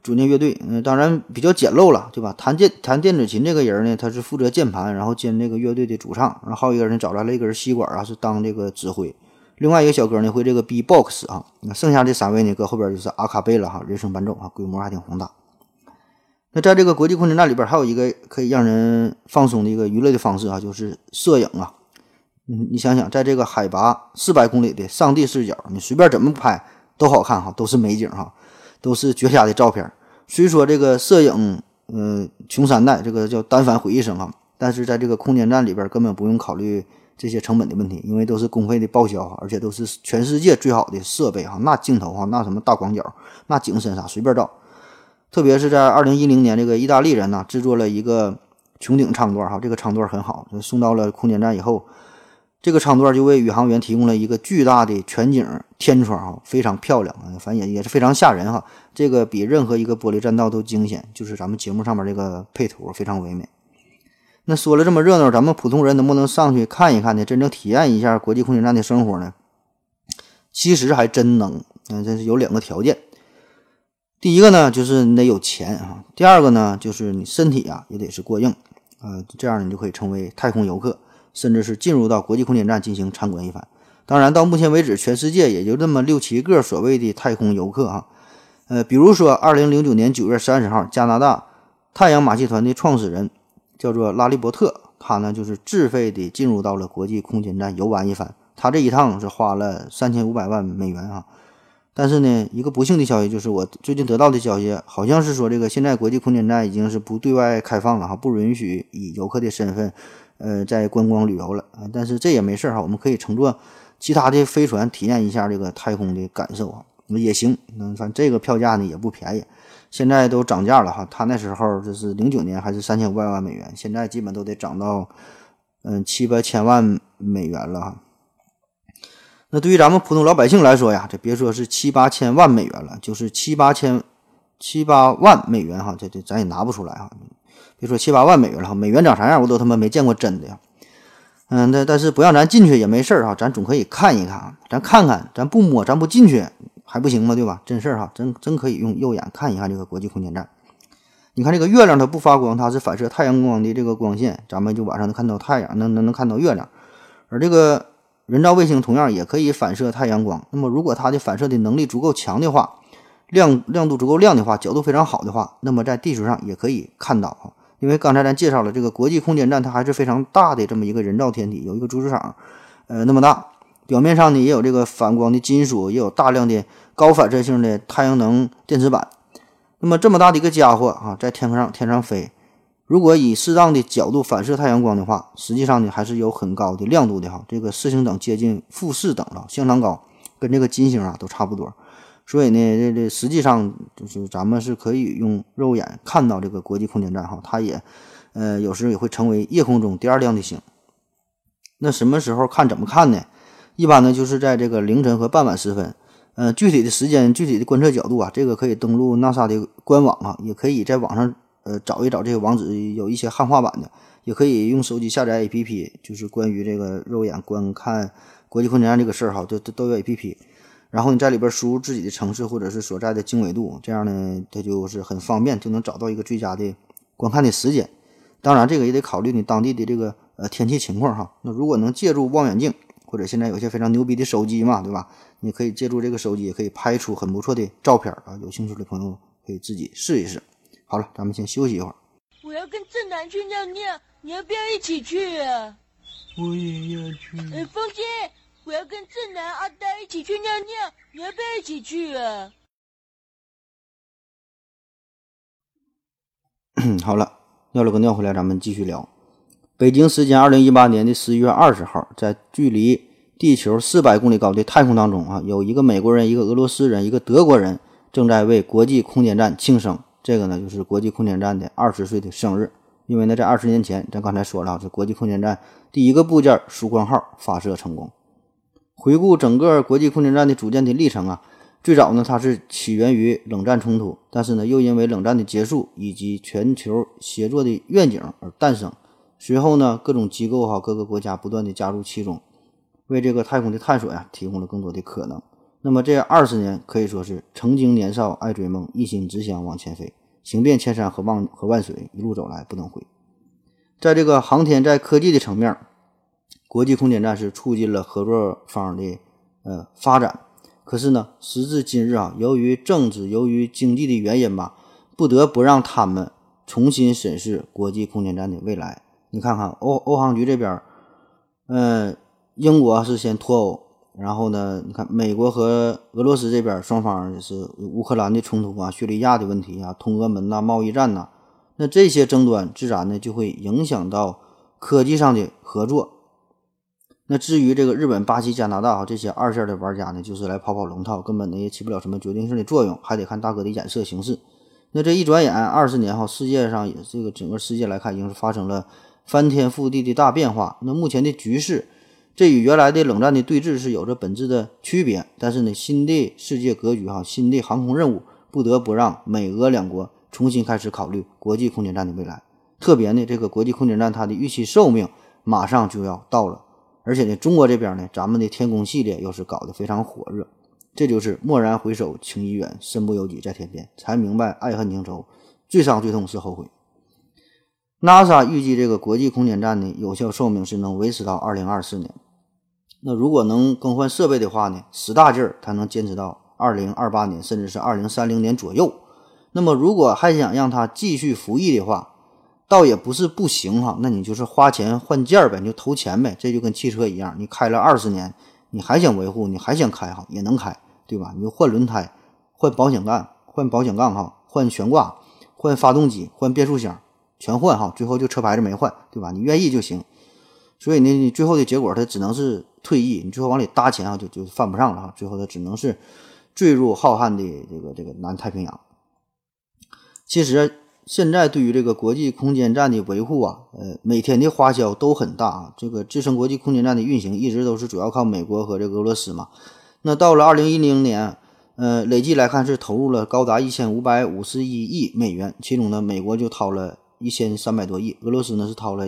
S2: 组建乐队，当然比较简陋了，对吧？弹电子琴这个人呢，他是负责键盘，然后兼这个乐队的主唱，然后还有一个人找来了一根吸管啊，是当这个指挥。另外一个小哥呢会这个 B-box 啊，那剩下这3位呢搁后边就是阿卡贝拉哈，人声伴奏啊，规模还挺宏大。那在这个国际空间站里边还有一个可以让人放松的一个娱乐的方式啊，就是摄影啊。你想想，在这个海拔400公里的上帝视角，你随便怎么拍都好看哈，都是美景哈，都是绝佳的照片。虽说这个摄影穷三代，这个叫单反毁一生啊，但是在这个空间站里边根本不用考虑这些成本的问题，因为都是公费的报销啊，而且都是全世界最好的设备哈，那镜头哈，那什么大广角，那景深啥随便照。特别是在2010年，这个意大利人呢制作了一个穹顶舱段哈，这个舱段很好，送到了空间站以后，这个舱段就为宇航员提供了一个巨大的全景天窗哈，非常漂亮，反正也是非常吓人哈。这个比任何一个玻璃栈道都惊险，就是咱们节目上面这个配图非常唯美。那说了这么热闹，咱们普通人能不能上去看一看呢？真正体验一下国际空间站的生活呢？其实还真能，这是有2个条件。第一个呢，就是你得有钱啊；第二个呢，就是你身体啊也得是过硬，这样你就可以成为太空游客，甚至是进入到国际空间站进行参观一番。当然，到目前为止，全世界也就这么6-7个所谓的太空游客啊。比如说2009年9月30号，加拿大太阳马戏团的创始人叫做拉利伯特，他呢就是自费的进入到了国际空间站游玩一番。他这一趟是花了3500万美元啊。但是呢，一个不幸的消息就是我最近得到的消息，好像是说这个现在国际空间站已经是不对外开放了哈，不允许以游客的身份在观光旅游了。但是这也没事哈，我们可以乘坐其他的飞船体验一下这个太空的感受啊，也行。反正这个票价呢也不便宜，现在都涨价了哈。他那时候这是09年还是3500万美元，现在基本都得涨到7-8千万美元了哈。那对于咱们普通老百姓来说呀，这别说是7-8千万美元了，就是7-8万美元哈，这咱也拿不出来哈。别说7-8万美元了，美元长啥样我都他妈没见过真的呀。但是不让咱进去也没事哈，咱总可以看一看，咱看看，咱不摸，咱不进去还不行吗？对吧？真事儿哈，真可以用右眼看一看这个国际空间站。你看这个月亮它不发光，它是反射太阳光的这个光线，咱们就晚上能看到太阳，能看到月亮。而这个人造卫星同样也可以反射太阳光，那么如果它的反射的能力足够强的话，亮度足够亮的话，角度非常好的话，那么在地球上也可以看到。因为刚才咱介绍了这个国际空间站，它还是非常大的这么一个人造天体，有一个足球场那么大，表面上呢也有这个反光的金属，也有大量的高反射性的太阳能电池板。那么这么大的一个家伙啊，在天上飞，如果以适当的角度反射太阳光的话，实际上呢还是有很高的亮度的哈，这个视星等接近负4等了，相当高，跟这个金星啊都差不多。所以呢，这实际上就是咱们是可以用肉眼看到这个国际空间站哈，它也有时也会成为夜空中第2亮的星。那什么时候看怎么看呢？一般呢就是在这个凌晨和傍晚时分。具体的时间、具体的观测角度啊，这个可以登录 NASA 的官网啊，也可以在网上找一找这个网址，有一些汉化版的，也可以用手机下载 APP， 就是关于这个肉眼观看国际空间站这个事儿哈，都有 APP。然后你在里边输入自己的城市或者是所在的经纬度，这样呢它就是很方便，就能找到一个最佳的观看的时间。当然这个也得考虑你当地的这个天气情况哈。那如果能借助望远镜，或者现在有些非常牛逼的手机嘛，对吧？你可以借助这个手机也可以拍出很不错的照片啊。有兴趣的朋友可以自己试一试。好了，咱们先休息一会儿。
S3: 我要跟正南去尿尿，你要不要一起去啊？
S4: 我也要去。
S3: 风姐，我要跟正南、阿呆一起去尿尿，你要不要一起去啊？
S2: 好了，尿了个尿回来，咱们继续聊。北京时间2018年的11月20号，在距离地球400公里高的太空当中啊，有一个美国人、一个俄罗斯人、一个德国人正在为国际空间站庆生。这个呢，就是国际空间站的20岁的生日。因为呢，在20年前，咱刚才说了，这国际空间站第一个部件曙光号发射成功。回顾整个国际空间站的组建的历程啊，最早呢，它是起源于冷战冲突，但是呢，又因为冷战的结束以及全球协作的愿景而诞生。随后呢，各种机构各个国家不断的加入其中，为这个太空的探索呀提供了更多的可能。 那么这20年可以说是曾经年少爱追梦，一心只想往前飞，行遍千山和万水，一路走来不能回。在这个航天在科技的层面，国际空间站是促进了合作方的发展。可是呢，时至今日啊，由于政治由于经济的原因吧，不得不让他们重新审视国际空间站的未来。你看看欧航局这边英国是先脱欧，然后呢，你看美国和俄罗斯这边双方也是乌克兰的冲突啊，叙利亚的问题啊，通俄门呐，贸易战呐，那这些争端自然呢就会影响到科技上的合作。那至于这个日本、巴西、加拿大这些二线的玩家呢，就是来跑龙套，根本呢也起不了什么决定性的作用，还得看大哥的眼色行事。那这一转眼20年后，世界上也这个整个世界来看，已经是发生了翻天覆地的大变化。那目前的局势，这与原来的冷战的对峙是有着本质的区别，但是呢，新的世界格局新的航空任务，不得不让美俄两国重新开始考虑国际空间站的未来。特别呢，这个国际空间站它的预期寿命马上就要到了，而且呢，中国这边呢，咱们的天宫系列又是搞得非常火热。这就是蓦然回首，情已远，身不由己在天边，才明白爱恨情仇，最伤最痛是后悔。NASA 预计这个国际空间站的有效寿命是能维持到2024年。那如果能更换设备的话呢，使大劲儿它能坚持到2028年，甚至是2030年左右。那么如果还想让它继续服役的话，倒也不是不行那你就是花钱换件呗，你就投钱呗。这就跟汽车一样，你开了20年，你还想维护，你还想开也能开，对吧？你就换轮胎，换保险杠，换悬挂，换发动机，换变速箱，全换最后就车牌子没换，对吧？你愿意就行。所以呢，你最后的结果它只能是退役，你最后往里搭钱就犯不上了最后它只能是坠入浩瀚的这个南太平洋。其实现在对于这个国际空间站的维护每天的花销都很大这个支撑国际空间站的运行一直都是主要靠美国和这个俄罗斯嘛。那到了2010年，累计来看是投入了高达1551亿美元，其中呢，美国就掏了1300多亿，俄罗斯呢是掏了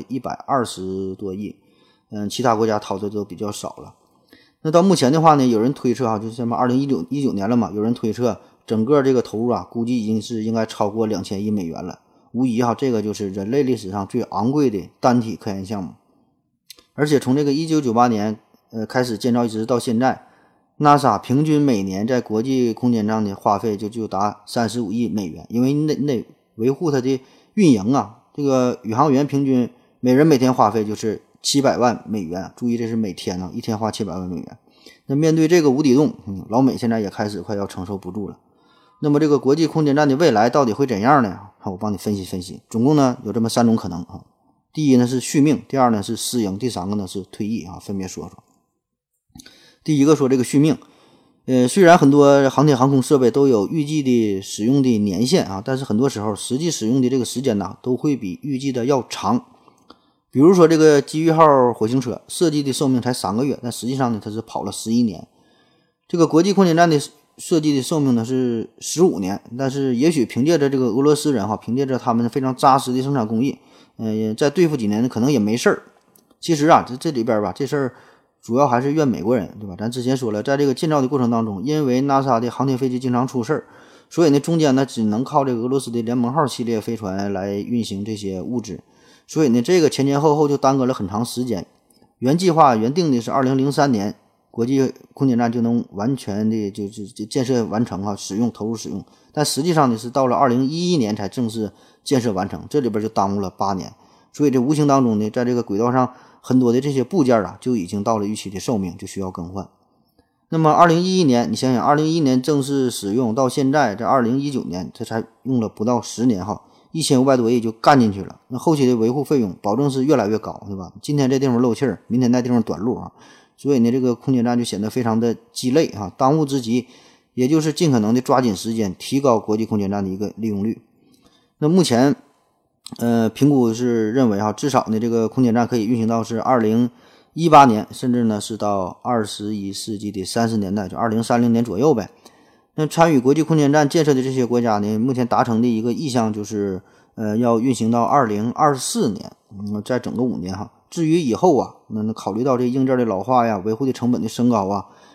S2: 120多亿，其他国家掏的都比较少了。那到目前的话呢，有人推测就是什么2019年了嘛，有人推测整个这个投入估计已经是应该超过2000亿美元了。无疑这个就是人类历史上最昂贵的单体科研项目。而且从这个1998年开始建造一直到现在，NASA 平均每年在国际空间站的花费就达35亿美元，因为你得维护它的运营这个宇航员平均每人每天花费就是700万美元，注意这是每天一天花700万美元。那面对这个无底洞，老美现在也开始快要承受不住了。那么这个国际空间站的未来到底会怎样呢？我帮你分析分析。总共呢有这么3种可能第一呢是续命，第二呢是私营，第三个呢是退役分别说说。第一个说这个续命，虽然很多航天航空设备都有预计的使用的年限但是很多时候实际使用的这个时间都会比预计的要长。比如说这个机遇号火星车设计的寿命才3个月，但实际上呢它是跑了11年。这个国际空间站的设计的寿命呢是15年，但是也许凭借着这个俄罗斯人凭借着他们非常扎实的生产工艺，再对付几年可能也没事儿。其实这里边这事儿主要还是怨美国人，对吧？咱之前说了，在这个建造的过程当中，因为 NASA 的航天飞机经常出事儿，所以呢中间呢只能靠这个俄罗斯的联盟号系列飞船来运行这些物质，所以呢这个前后就耽搁了很长时间。原计划原定的是2003年国际空间站就能完全的就建设完成投入使用，但实际上呢是到了2011年才正式建设完成，这里边就耽误了8年。所以这无形当中呢，在这个轨道上很多的这些部件就已经到了预期的寿命，就需要更换。那么2011年你想想2011年正式使用到现在在2019年这才用了不到10年1500多亿就干进去了，那后期的维护费用保证是越来越高，对吧？今天这地方漏气儿，明天那地方短路所以呢这个空间站就显得非常的鸡肋当务之急也就是尽可能的抓紧时间提高国际空间站的一个利用率。那目前评估是认为至少呢这个空间站可以运行到是2018年，甚至呢是到21世纪的30年代，就2030年左右呗。那参与国际空间站建设的这些国家呢，目前达成的一个意向就是要运行到2024年，再整个5年至于以后那考虑到这硬件的老化呀，维护的成本的升高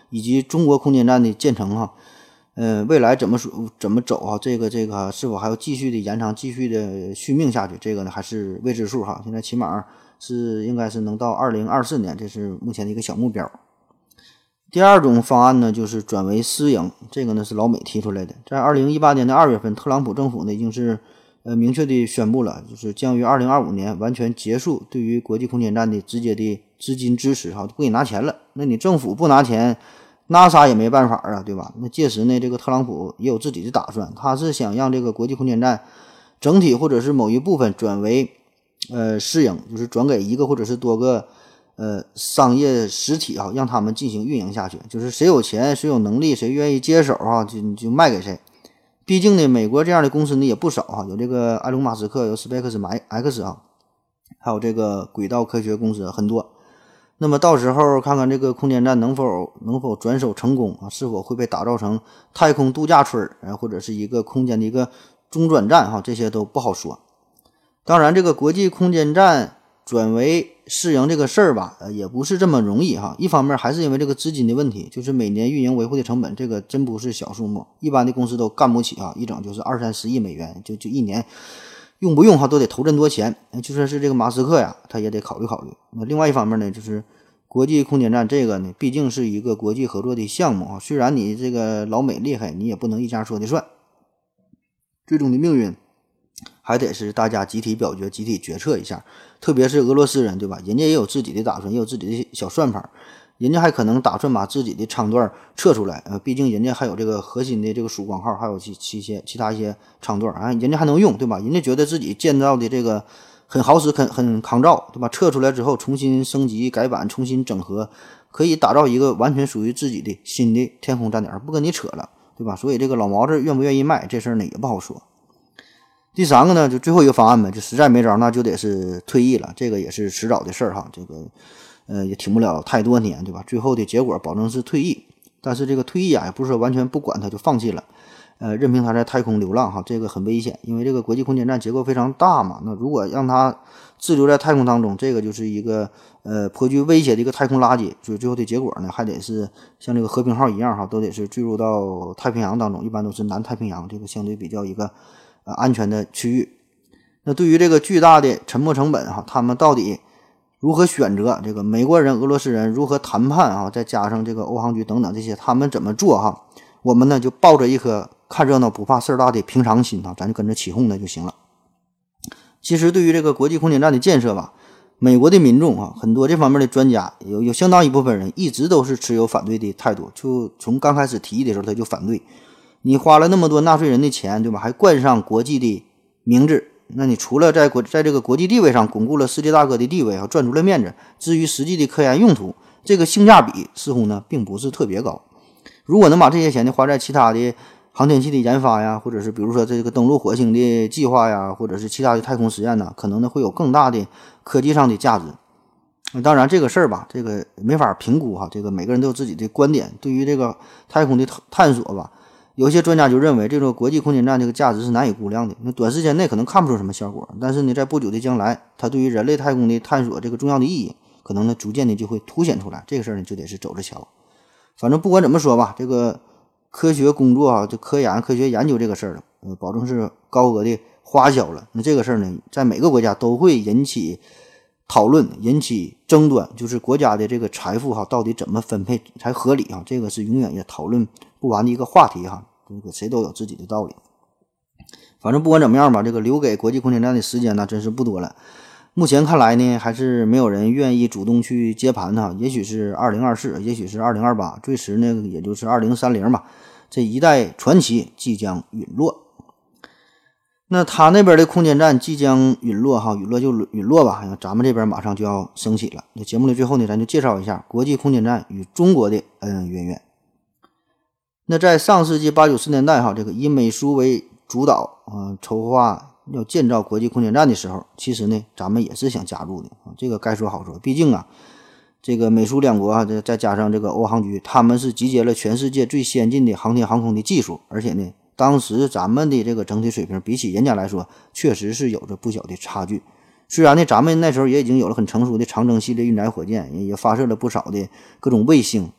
S2: 以及中国空间站的建成哈，未来怎么走啊？这个是否还要继续的延长、继续的续命下去？这个呢还是未知数哈。现在起码应该是能到2024年，这是目前的一个小目标。第二种方案呢，就是转为私营，这个呢是老美提出来的。在2018年的2月份，特朗普政府呢已经是明确的宣布了，就是将于2025年完全结束对于国际空间站的直接的资金支持哈，不给你拿钱了。那你政府不拿钱，NASA 也没办法啊，对吧？那届时呢，这个特朗普也有自己的打算，他是想让这个国际空间站整体或者是某一部分转为私营，就是转给一个或者是多个商业实体啊，让他们进行运营下去，就是谁有钱谁有能力谁愿意接手啊，就卖给谁。毕竟呢，美国这样的公司呢也不少啊，有这个埃隆马斯克，有 SpaceX 啊，还有这个轨道科学公司很多。那么到时候看看这个空间站能否转手成功啊，是否会被打造成太空度假村或者是一个空间的一个中转站哈，这些都不好说。当然，这个国际空间站转为私营这个事儿吧，也不是这么容易哈。一方面还是因为这个资金的问题，就是每年运营维护的成本，这个真不是小数目，一般的公司都干不起啊，一整就是20-30亿美元，就一年用不用哈都得投这么多钱。就算是这个马斯克呀，他也得考虑考虑。那另外一方面呢，就是国际空间站这个呢，毕竟是一个国际合作的项目啊，虽然你这个老美厉害，你也不能一家说的算，最终的命运还得是大家集体表决、集体决策一下。特别是俄罗斯人，对吧？人家也有自己的打算，也有自己的小算法，人家还可能打算把自己的舱段撤出来，毕竟人家还有这个核心的这个曙光号，还有其他一些舱段啊，人家还能用，对吧？人家觉得自己建造的这个很好使、很抗造，对吧？撤出来之后重新升级改版、重新整合，可以打造一个完全属于自己的新的天空站点，不跟你扯了，对吧？所以这个老毛子愿不愿意卖这事儿呢，也不好说。第三个呢，就最后一个方案呗，就实在没招，那就得是退役了，这个也是迟早的事儿哈，这个也挺不了太多年，对吧？最后的结果保证是退役，但是这个退役啊，也不是说完全不管他就放弃了，任凭他在太空流浪哈，这个很危险，因为这个国际空间站结构非常大嘛，那如果让他滞留在太空当中，这个就是一个颇具威胁的一个太空垃圾，所以最后的结果呢，还得是像这个和平号一样哈，都得是坠入到太平洋当中，一般都是南太平洋，这个相对比较一个安全的区域。那对于这个巨大的沉没成本哈，他们到底如何选择？这个美国人、俄罗斯人如何谈判啊？再加上这个欧航局等等这些，他们怎么做哈？我们呢就抱着一颗看热闹不怕事儿大的平常心啊，咱就跟着起哄的就行了。其实对于这个国际空间站的建设吧，美国的民众啊，很多这方面的专家有相当一部分人一直都是持有反对的态度，就从刚开始提议的时候他就反对。你花了那么多纳税人的钱，对吧？还冠上国际的名字，那你除了在这个国际地位上巩固了世界大哥的地位啊，赚足了面子，至于实际的科研用途，这个性价比似乎呢并不是特别高。如果能把这些钱呢花在其他的航天器的研发呀，或者是比如说这个登陆火星的计划呀，或者是其他的太空实验呢，可能呢会有更大的科技上的价值。当然这个事儿吧，这个没法评估哈，这个每个人都有自己的观点。对于这个太空的探索吧，有些专家就认为这个国际空间站这个价值是难以估量的，那短时间内可能看不出什么效果，但是呢在不久的将来，它对于人类太空的探索这个重要的意义可能呢逐渐的就会凸显出来，这个事儿呢就得是走着瞧。反正不管怎么说吧，这个科学工作啊，就科学研究这个事儿保证是高额的花销了。那这个事儿呢在每个国家都会引起讨论，引起争端，就是国家的这个财富哈到底怎么分配才合理啊，这个是永远也讨论不完的一个话题哈，这个谁都有自己的道理。反正不管怎么样吧，这个留给国际空间站的时间呢真是不多了。目前看来呢，还是没有人愿意主动去接盘哈，也许是2024，也许是2028，最迟呢也就是2030吧。这一代传奇即将陨落。那他那边的空间站即将陨落哈，陨落就陨落吧，咱们这边马上就要升起了。那节目的最后呢，咱就介绍一下国际空间站与中国的恩恩怨怨。那在上世纪80、90年代哈，这个以美苏为主导筹划要建造国际空间站的时候，其实呢咱们也是想加入的啊，这个该说好说，毕竟啊这个美苏两国啊，再加上这个欧航局，他们是集结了全世界最先进的航天航空的技术，而且呢当时咱们的这个整体水平比起人家来说确实是有着不小的差距。虽然呢咱们那时候也已经有了很成熟的长征系列运载火箭，也发射了不少的各种卫星，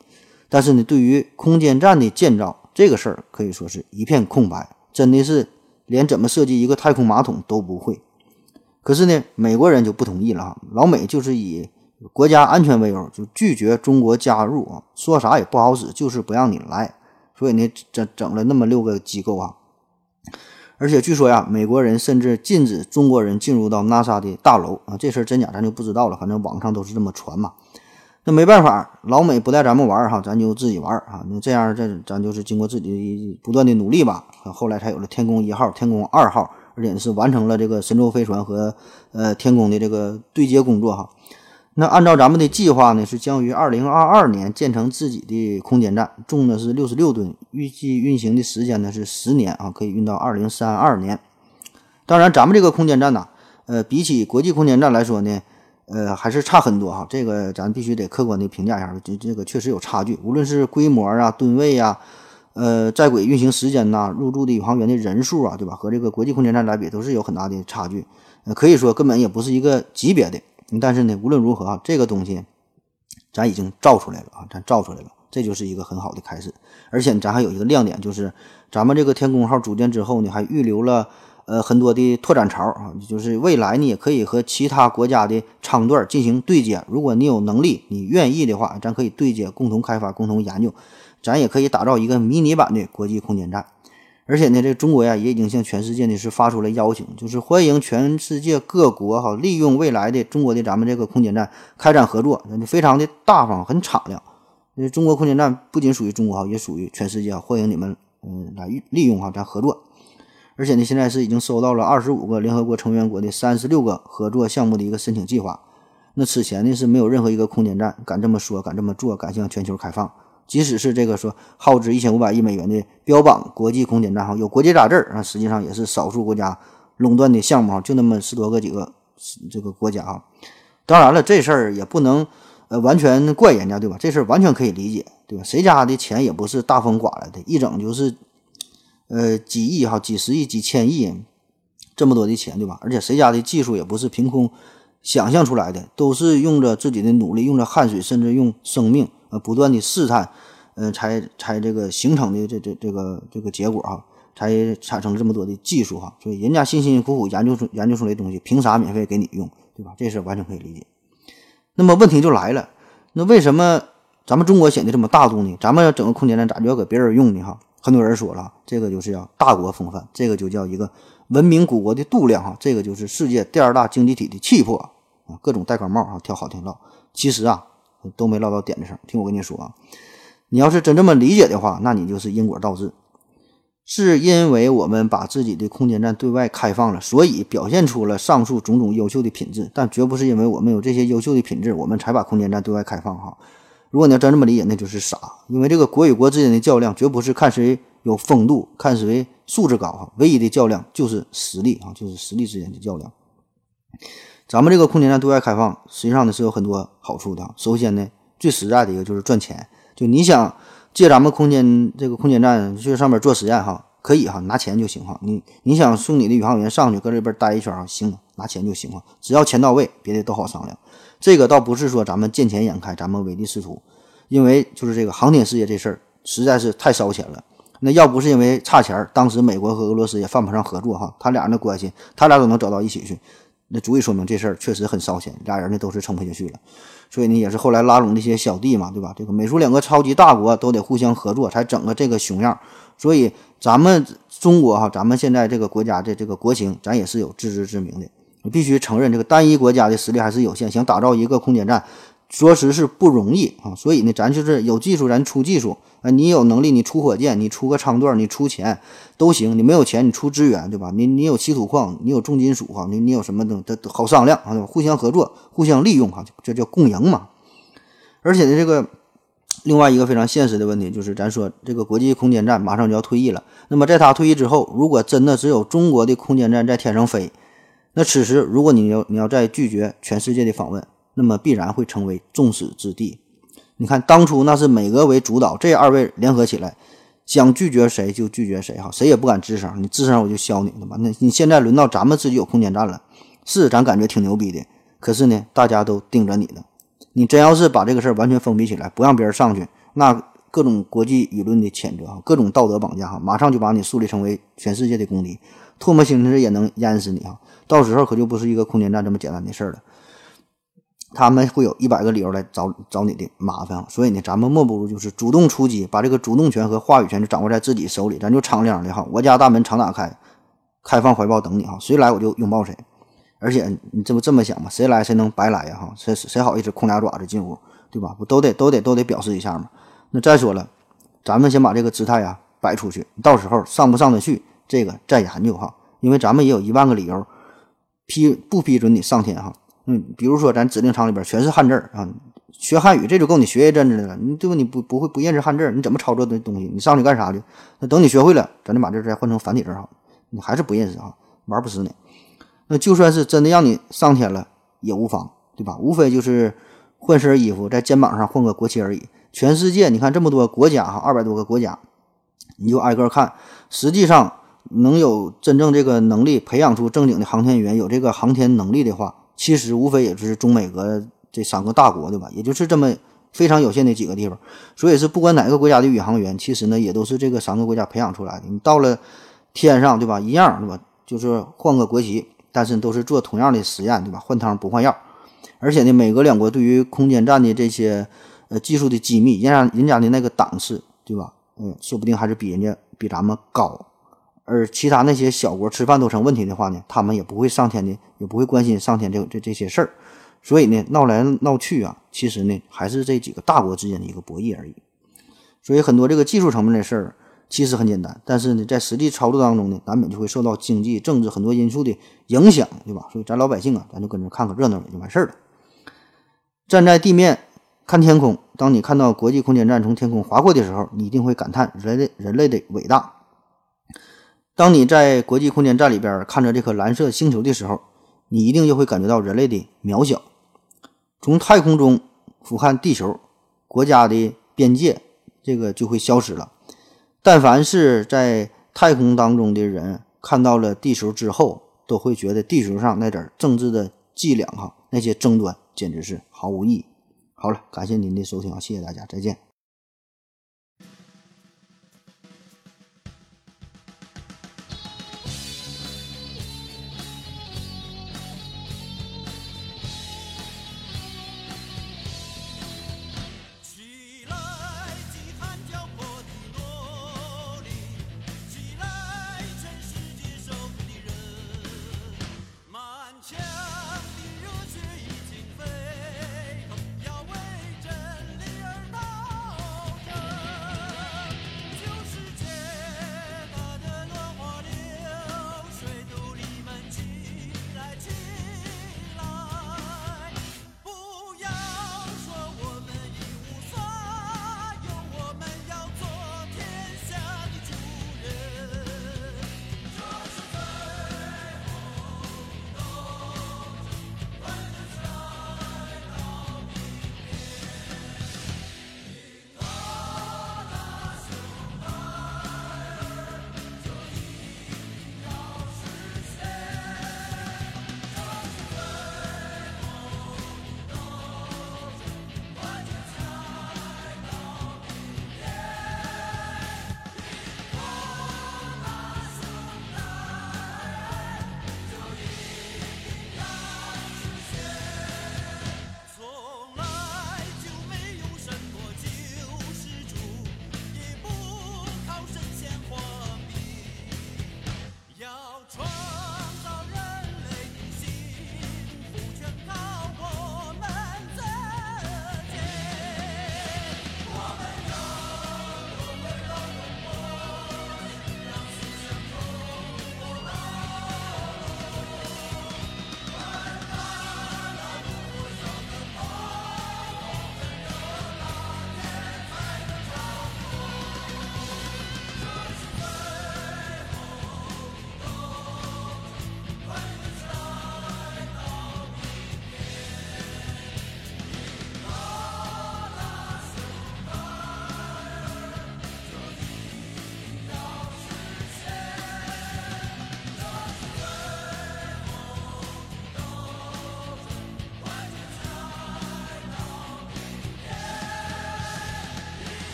S2: 但是呢，对于空间站的建造这个事儿可以说是一片空白，真的是连怎么设计一个太空马桶都不会。可是呢，美国人就不同意了哈，老美就是以国家安全为由，就拒绝中国加入啊，说啥也不好使，就是不让你来。所以呢，整了那么6个机构啊。而且据说呀，美国人甚至禁止中国人进入到 NASA 的大楼啊，这事儿真假咱就不知道了，反正网上都是这么传嘛。那没办法，老美不带咱们玩哈，咱就自己玩啊。那这样咱就是经过自己不断的努力吧，后来才有了天宫1号、天宫2号，而且是完成了这个神舟飞船和天宫的这个对接工作哈。那按照咱们的计划呢，是将于2022年建成自己的空间站，重的是66吨，预计运行的时间呢是10年啊，可以运到2032年。当然，咱们这个空间站呢，比起国际空间站来说呢，还是差很多哈。这个咱必须得客观的评价一下，这个确实有差距，无论是规模啊、吨位啊、在轨运行时间呐、入驻的宇航员的人数啊，对吧？和这个国际空间站来比，都是有很大的差距。可以说根本也不是一个级别的。但是呢，无论如何啊，这个东西咱已经造出来了啊，咱造出来了，这就是一个很好的开始。而且咱还有一个亮点，就是咱们这个天宫号组建之后呢，还预留了很多的拓展槽啊，就是未来呢也可以和其他国家的舱段进行对接。如果你有能力，你愿意的话，咱可以对接，共同开发，共同研究，咱也可以打造一个迷你版的国际空间站。而且呢，这中国呀也已经向全世界呢是发出了邀请，就是欢迎全世界各国哈利用未来的中国的咱们这个空间站开展合作，那就非常的大方，很敞亮。中国空间站不仅属于中国哈，也属于全世界，欢迎你们来利用哈，咱合作。而且呢，现在是已经收到了25个联合国成员国的36个合作项目的一个申请计划。那此前呢是没有任何一个空间站敢这么说、敢这么做、敢向全球开放。即使是这个说耗资1500亿美元的标榜国际空间站哈，有国际大字啊，实际上也是少数国家垄断的项目哈，就那么10多个几个这个国家啊。当然了，这事儿也不能完全怪人家，对吧？这事儿完全可以理解，对吧？谁家的钱也不是大风刮来的，一整就是几亿哈、几十亿、几千亿这么多的钱，对吧？而且谁家的技术也不是凭空想象出来的，都是用着自己的努力，用着汗水，甚至用生命不断的试探，才这个形成的这个结果哈，才产生了这么多的技术哈。所以人家辛辛苦苦研究出来的东西，凭啥免费给你用，对吧？这事完全可以理解。那么问题就来了，那为什么咱们中国显得这么大度呢？咱们要整个空间站咋就要给别人用呢？哈，很多人说了，这个就是要大国风范，这个就叫一个文明古国的度量哈，这个就是世界第2大经济体的气魄啊，各种戴高帽啊，挑好听唠。其实啊，都没唠到点子上。听我跟你说啊，你要是真这么理解的话，那你就是因果倒置。是因为我们把自己的空间站对外开放了，所以表现出了上述种种优秀的品质，但绝不是因为我们有这些优秀的品质，我们才把空间站对外开放哈。如果你要真这么理解，那就是傻。因为这个国与国之间的较量，绝不是看谁有风度，看谁素质高哈，唯一的较量就是实力啊，就是实力之间的较量。咱们这个空间站对外开放，实际上呢是有很多好处的。首先呢，最实在的一个就是赚钱。就你想借咱们这个空间站去上面做实验哈，可以哈，拿钱就行哈。你想送你的宇航员上去搁这边待一圈哈，行，拿钱就行哈，只要钱到位，别的都好商量。这个倒不是说咱们见钱眼开，咱们唯利是图，因为就是这个航天事业这事儿实在是太烧钱了。那要不是因为差钱，当时美国和俄罗斯也犯不上合作哈，他俩的关系，他俩都能走到一起去，那足以说明这事儿确实很烧钱，俩人呢都是撑不下去了。所以呢，也是后来拉拢那些小弟嘛，对吧？这个美苏两个超级大国都得互相合作，才整个这个熊样。所以咱们中国哈，咱们现在这个国家的这个国情，咱也是有自知之明的。你必须承认，这个单一国家的实力还是有限，想打造一个空间站，着实是不容易啊。所以呢，咱就是有技术，咱出技术。你有能力，你出火箭，你出个舱段，你出钱都行。你没有钱，你出资源，对吧？你有稀土矿，你有重金属哈，你有什么的都好商量啊，互相合作，互相利用哈，这叫共赢嘛。而且呢，这个另外一个非常现实的问题就是，咱说这个国际空间站马上就要退役了。那么在它退役之后，如果真的只有中国的空间站在天上飞，那此时如果你要再拒绝全世界的访问，那么必然会成为众矢之的。你看当初那是美俄为主导，这2位联合起来，想拒绝谁就拒绝谁哈，谁也不敢吱声，你吱声我就削你，对吧？那你现在轮到咱们自己有空间站了，是咱感觉挺牛逼的，可是呢，大家都盯着你呢。你真要是把这个事儿完全封闭起来，不让别人上去，那各种国际舆论的谴责各种道德绑架马上就把你树立成为全世界的公敌，唾沫星子也能淹死你到时候可就不是一个空间站这么简单的事儿了，他们会有100个理由来找你的麻烦所以呢，咱们莫不如就是主动出击，把这个主动权和话语权就掌握在自己手里，咱就敞亮的我家大门常打开，开放怀抱等你谁来我就拥抱谁。而且你这么想吧，谁来谁能白来呀谁好意思空俩爪子进屋，对吧？不都得表示一下嘛。那再说了，咱们先把这个姿态摆出去，到时候上不上得去这个再研究因为咱们也有10000个理由不批准你上天比如说咱指令场里边全是汉字学汉语这就够你学一阵子的了，你对吧？你不会不认识汉字，你怎么操作这东西？你上去干啥去？那等你学会了，咱就把这再换成繁体字你还是不认识玩不死你。那就算是真的让你上天了也无妨，对吧？无非就是换身衣服在肩膀上换个国旗而已。全世界你看这么多国家200多个国家，你就挨个看，实际上能有真正这个能力培养出正经的航天员，有这个航天能力的话，其实无非也就是中美俄这3个大国，对吧？也就是这么非常有限的几个地方。所以是不管哪个国家的宇航员，其实呢也都是这个3个国家培养出来的。你到了天上，对吧？一样，对吧？就是换个国旗，但是都是做同样的实验，对吧？换汤不换药。而且呢，美国两国对于空间站的这些技术的机密，人家的那个档次，对吧？说不定还是比咱们高。而其他那些小国吃饭都成问题的话呢，他们也不会上天的，也不会关心上天这些事儿。所以呢，闹来闹去其实呢还是这几个大国之间的一个博弈而已。所以很多这个技术层面的事儿其实很简单，但是呢，在实际操作当中呢，难免就会受到经济、政治很多因素的影响，对吧？所以咱老百姓咱就跟着看个热闹也就完事儿了。站在地面看天空，当你看到国际空间站从天空划过的时候，你一定会感叹人类的伟大。当你在国际空间站里边看着这颗蓝色星球的时候，你一定就会感觉到人类的渺小。从太空中俯瞰地球，国家的边界这个就会消失了。但凡是在太空当中的人看到了地球之后，都会觉得地球上那点政治的伎俩那些争端简直是毫无意义。好了，感谢您的收听谢谢大家，再见。